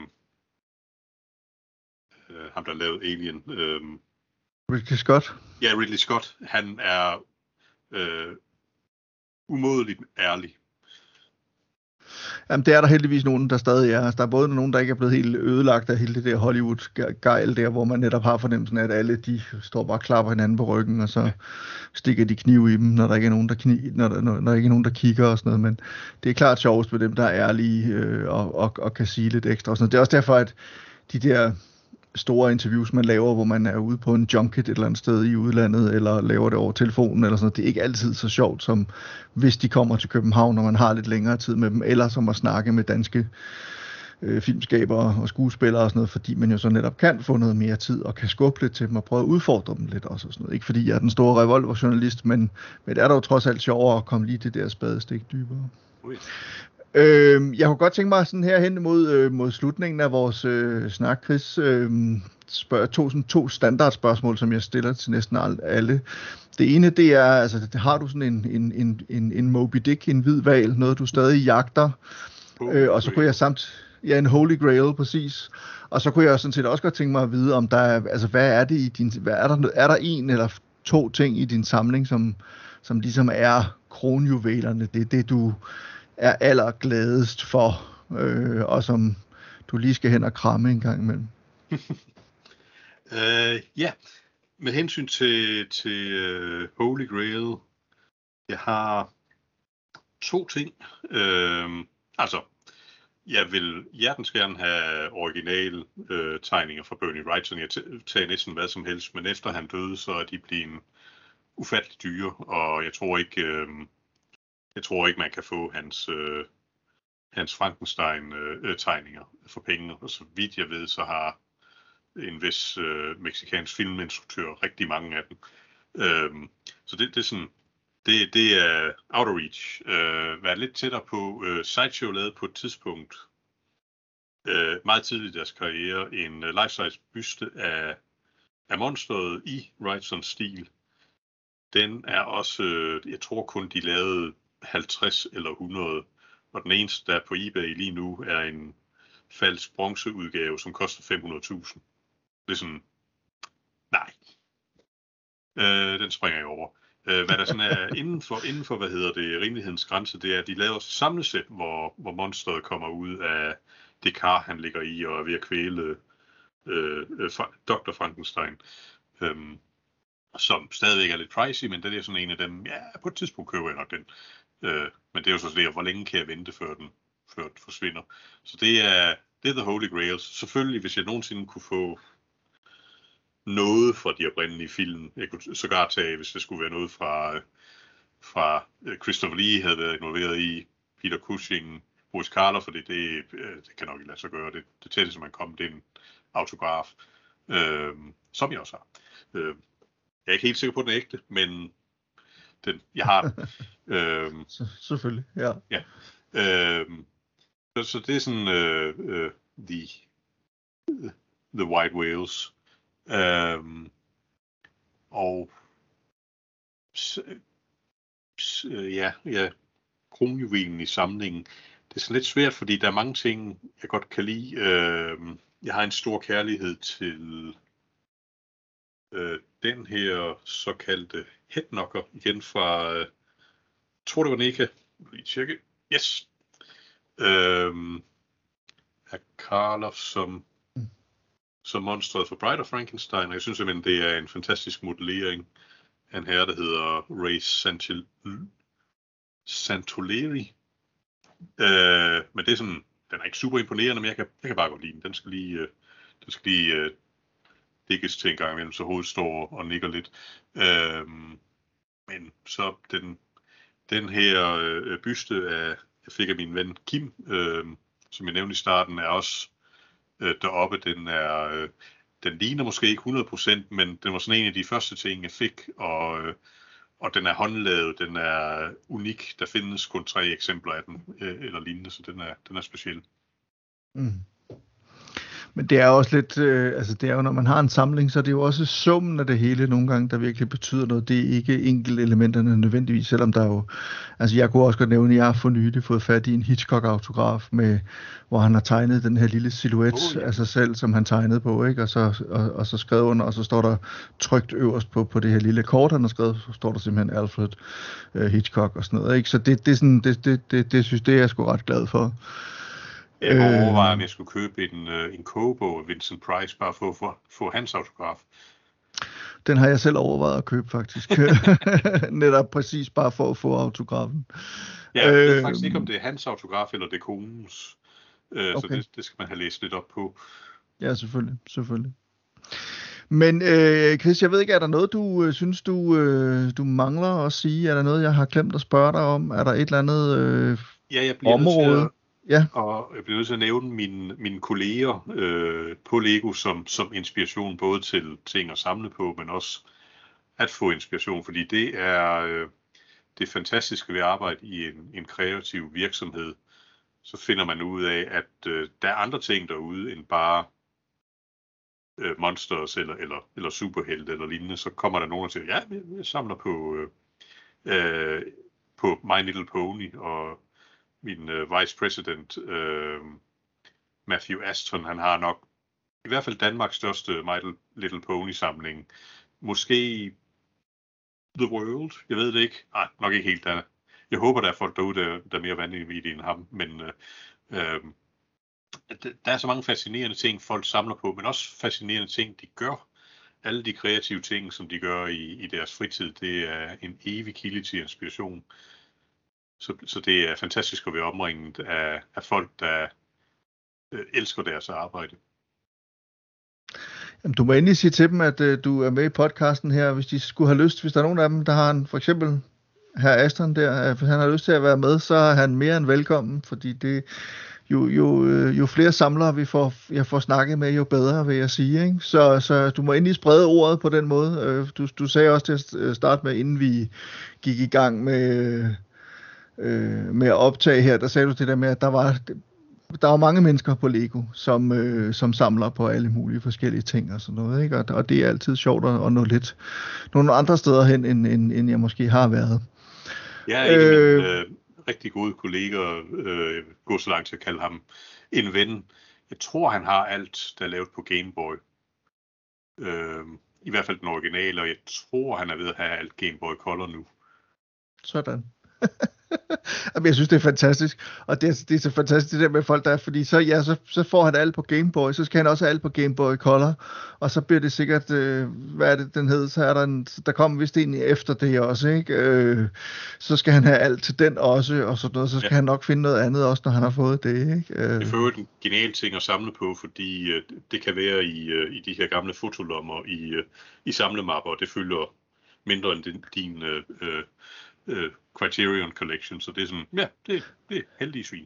øh, ham der lavede Alien. Øh, Ridley Scott? Ja, Ridley Scott. Han er øh, umådeligt ærlig. Jamen, det er der heldigvis nogen, der stadig er. Altså, der er både nogen, der ikke er blevet helt ødelagt af hele det der Hollywood-gejl der, hvor man netop har fornemmelsen af, at alle de står bare og klapper hinanden på ryggen, og så stikker de kniv i dem, når der ikke er nogen, der, kni, når der, når, når der ikke er nogen, der kigger og sådan noget. Men det er klart sjovest med dem, der er ærlige øh, og, og, og kan sige lidt ekstra og sådan noget. Det er også derfor, at de der store interviews, man laver, hvor man er ude på en junket et eller andet sted i udlandet, eller laver det over telefonen, eller sådan noget. Det er ikke altid så sjovt, som hvis de kommer til København, når man har lidt længere tid med dem, eller som at snakke med danske øh, filmskabere og skuespillere og sådan noget, fordi man jo så netop kan få noget mere tid, og kan skubbe lidt til dem, og prøve at udfordre dem lidt også og sådan noget. Ikke fordi jeg er den store revolverjournalist, men, men det er da jo trods alt sjovere at komme lige det der spadestik dybere. Ui. Øh, jeg kunne godt tænke mig sådan her hen mod, øh, mod slutningen af vores øh, snak, Chris, øh, spørg, to, sådan, to standardspørgsmål, som jeg stiller til næsten alle. Det ene, det er, altså, har du sådan en, en, en, en, en Moby Dick, en hvid hval, noget du stadig jagter, øh, og så kunne jeg samt, ja, en Holy Grail, præcis, og så kunne jeg sådan set også godt tænke mig at vide, om der er, altså, hvad er det i din, hvad er der, er der en eller to ting i din samling, som, som ligesom er kronjuvelerne, det er det, du er allergladest for, øh, og som du lige skal hen og kramme en gang imellem? uh, ja, med hensyn til, til uh, Holy Grail, jeg har to ting. Uh, altså, jeg vil hjertens gerne have originale uh, tegninger fra Bernie Wrightson. Jeg t- tager næsten hvad som helst, men efter han døde, så er de blevet ufattelig dyre, og jeg tror ikke... Uh, Jeg tror ikke, man kan få hans, øh, hans Frankenstein-tegninger øh, for penge. Og så vidt jeg ved, så har en vis øh, mexikansk filminstruktør rigtig mange af dem. Øhm, så det, det er sådan, det, det er out of reach. Øh, Vær lidt tættere på. Øh, Sideshow lavede på et tidspunkt, øh, meget tidligt i deres karriere, en øh, life-size byste af, af monsteret i Wrightsons stil. Den er også, øh, jeg tror kun de lavede halvtreds eller hundrede, og den eneste, der er på eBay lige nu, er en falsk bronzeudgave, som koster fem hundrede tusind. Det er sådan, nej, øh, den springer jeg over. Øh, hvad der sådan er inden for, inden for, hvad hedder det, rimelighedens grænse, det er, at de laver samlesæt, hvor, hvor monsteret kommer ud af det kar, han ligger i, og er ved at kvæle øh, doktor Frankenstein. Øhm, som stadigvæk er lidt pricey, men det er sådan en af dem, ja, på et tidspunkt køber jeg nok den. Øh, men det er jo så sådan, hvor længe kan jeg vente, før den, før den forsvinder. Så det er, det er The Holy Grail. Selvfølgelig, hvis jeg nogensinde kunne få noget fra de oprindelige film, jeg kunne sågar tage, hvis det skulle være noget fra, fra Christopher Lee havde været involveret i, Peter Cushing, Boris Karloff, for det, det, det kan nok ikke lade sig gøre. Det, det tætteste, man kommer, det er en autograf, øh, som jeg også har. Øh, Jeg er ikke helt sikker på, den er ægte, men den, jeg har den. øhm, Selvfølgelig, ja. ja. Øhm, så, så det er sådan øh, øh, the, the White Whales. Øhm, og s, s, ja, ja, kronjuvelen i samlingen. Det er sådan lidt svært, fordi der er mange ting, jeg godt kan lide. Øhm, jeg har en stor kærlighed til... Øh, den her såkaldte headknocker, igen fra, øh, jeg tror det var Nika, lige tjekke, yes, øhm, af Karloff som, som monstret for Bride of Frankenstein, og jeg synes simpelthen, det er en fantastisk modellering af en herre, der hedder Ray Santil- Santoleri, øh, men det er sådan, den er ikke super imponerende, men jeg kan, jeg kan bare godt lide den, den skal lige, øh, den skal lige, øh, dækkes til en gang imellem, så hovedet står og nikker lidt. Øhm, men så den, den her øh, byste, af, jeg fik af min ven Kim, øh, som jeg nævnte i starten, er også øh, deroppe. Den, er, øh, den ligner måske ikke hundrede procent, men den var sådan en af de første ting, jeg fik, og, øh, og den er håndlavet, den er unik. Der findes kun tre eksempler af den, øh, eller lignende, så den er, den er speciel. Mm. Men det er også lidt, øh, altså det er jo, når man har en samling, så er det jo også summen af det hele nogle gange, der virkelig betyder noget. Det er ikke enkelt elementerne nødvendigvis, selvom der jo, altså jeg kunne også godt nævne, at jeg har for nylig fået fat i en Hitchcock-autograf, med, hvor han har tegnet den her lille silhuet oh, ja. af sig selv, som han tegnede på, ikke? Og så, og, og så skrev under, og så står der trykt øverst på, på det her lille kort, han har skrevet, så står der simpelthen Alfred uh, Hitchcock og sådan noget, ikke? Så det, det, er sådan, det, det, det, det synes det er jeg sgu ret glad for. Jeg må overveje, om jeg skulle købe en, en kogebog af Vincent Price, bare for at få, få hans autograf. Den har jeg selv overvejet at købe, faktisk. Netop præcis bare for at få autografen. Ja, jeg ved øh, faktisk ikke, om det er hans autograf, eller det er konens. Øh, okay. Så det, det skal man have læst lidt op på. Ja, selvfølgelig. selvfølgelig. Men øh, Chris, jeg ved ikke, er der noget, du øh, synes, du, øh, du mangler at sige? Er der noget, jeg har glemt at spørge dig om? Er der et eller andet øh, ja, jeg bliver område? Nødt til at, ja. Og jeg bliver nødt til at nævne mine, mine kolleger øh, på Lego som, som inspiration, både til ting at samle på, men også at få inspiration, fordi det er øh, det fantastiske ved at arbejde i en, en kreativ virksomhed. Så finder man ud af, at øh, der er andre ting derude end bare øh, monsters eller, eller, eller superhelte eller lignende. Så kommer der nogen og siger, ja, jeg samler på, øh, på My Little Pony, og min øh, vice president øh, Matthew Aston, han har nok i hvert fald Danmarks største My Little Pony samling. Måske The World, jeg ved det ikke. Nej, nok ikke helt. Der. Jeg håber, der er folk derude, der, der er mere vanvittige end ham, men øh, øh, der er så mange fascinerende ting, folk samler på, men også fascinerende ting, de gør. Alle de kreative ting, som de gør i, i deres fritid, det er en evig kilde til inspiration. Så, så det er fantastisk at være omringet af, af folk, der øh, elsker deres arbejde. Jamen, du må endelig sige til dem, at øh, du er med i podcasten her, hvis de skulle have lyst. Hvis der er nogen af dem, der har en, for eksempel herr Aston der, hvis han har lyst til at være med, så er han mere end velkommen, fordi det jo, jo, jo flere samlere vi får, jeg får snakket med, jo bedre, vil jeg sige. Ikke? Så, så du må endelig sprede ordet på den måde. Du, du sagde også til at starte med, inden vi gik i gang med, øh, med at optage her, der sagde du det der med, at der var... Der er mange mennesker på Lego, som, øh, som samler på alle mulige forskellige ting og sådan noget, ikke? Og, og det er altid sjovt at, at nå lidt nogle andre steder hen, end, end, end jeg måske har været. Jeg er en af øh, mine øh, rigtig gode kolleger, øh, går så langt til at kalde ham en ven. Jeg tror, han har alt, der er lavet på Game Boy. Øh, I hvert fald den originale, og jeg tror, han er ved at have alt Game Boy Color nu. Sådan. Jamen, jeg synes, det er fantastisk, og det er, det er så fantastisk det der med folk, der er, fordi så, ja, så, så får han alt på Game Boy, så skal han også have alt på Game Boy Color, og så bliver det sikkert, øh, hvad er det, den hed, så er der en, der kommer vist en efter det også, ikke? Øh, så skal han have alt til den også, og sådan noget, så skal ja. han nok finde noget andet også, når han har fået det, ikke? Øh. Det er for en genial ting at samle på, fordi øh, det kan være i, øh, i de her gamle fotolommer, i, øh, i samlemapper, og det fylder mindre end din, din øh, øh, Uh, Criterion Collection, så det er sådan, ja, det, det er heldige svin.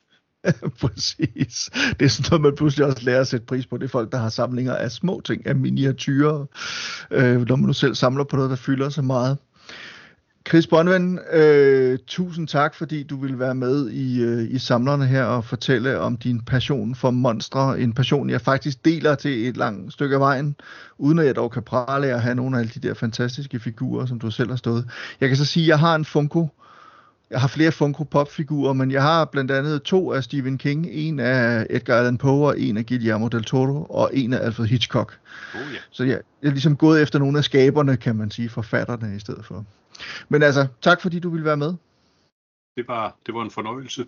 Præcis. Det er sådan noget, man pludselig også lærer at sætte pris på. Det er folk, der har samlinger af små ting, af miniatyrer, øh, når man nu selv samler på noget, der fylder så meget. Chris Bonven, øh, tusind tak, fordi du ville være med i, øh, i samlerne her og fortælle om din passion for monstre. En passion, jeg faktisk deler til et langt stykke af vejen, uden at jeg dog kan prale af at have nogle af alle de der fantastiske figurer, som du selv har stået. Jeg kan så sige, at jeg har en Funko. Jeg har flere Funko Pop-figurer, men jeg har blandt andet to af Stephen King, en af Edgar Allan Poe, og en af Guillermo del Toro, og en af Alfred Hitchcock. Oh, yeah. Så jeg, jeg er ligesom gået efter nogle af skaberne, kan man sige, forfatterne i stedet for. Men altså, tak fordi du ville være med. Det var, det var en fornøjelse.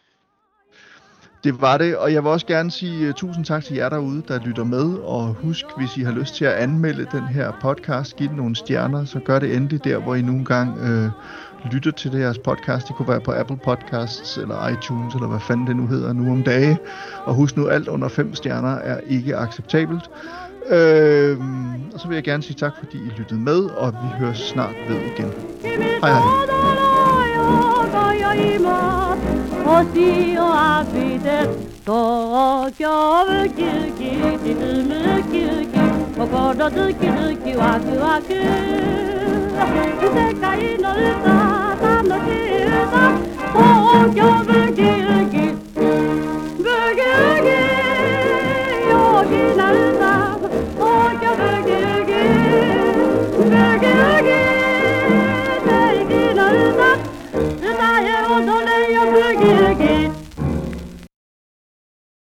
Det var det, og jeg vil også gerne sige uh, tusind tak til jer derude, der lytter med, og husk, hvis I har lyst til at anmelde den her podcast, giv den nogle stjerner, så gør det endelig der, hvor I nogle gange uh, lytter til deres podcast. Det kunne være på Apple Podcasts, eller iTunes, eller hvad fanden det nu hedder nu om dage. Og husk nu, alt under fem stjerner er ikke acceptabelt. Øh, og så vil jeg gerne sige tak, fordi I lyttede med, og vi høres snart ved igen. Hej hej. 星を浴びて東京ウキウキリズムウキウキ心ズキズキワクワク世界の歌楽しい歌東京ブギウギブギウギ陽気な歌東京ブギ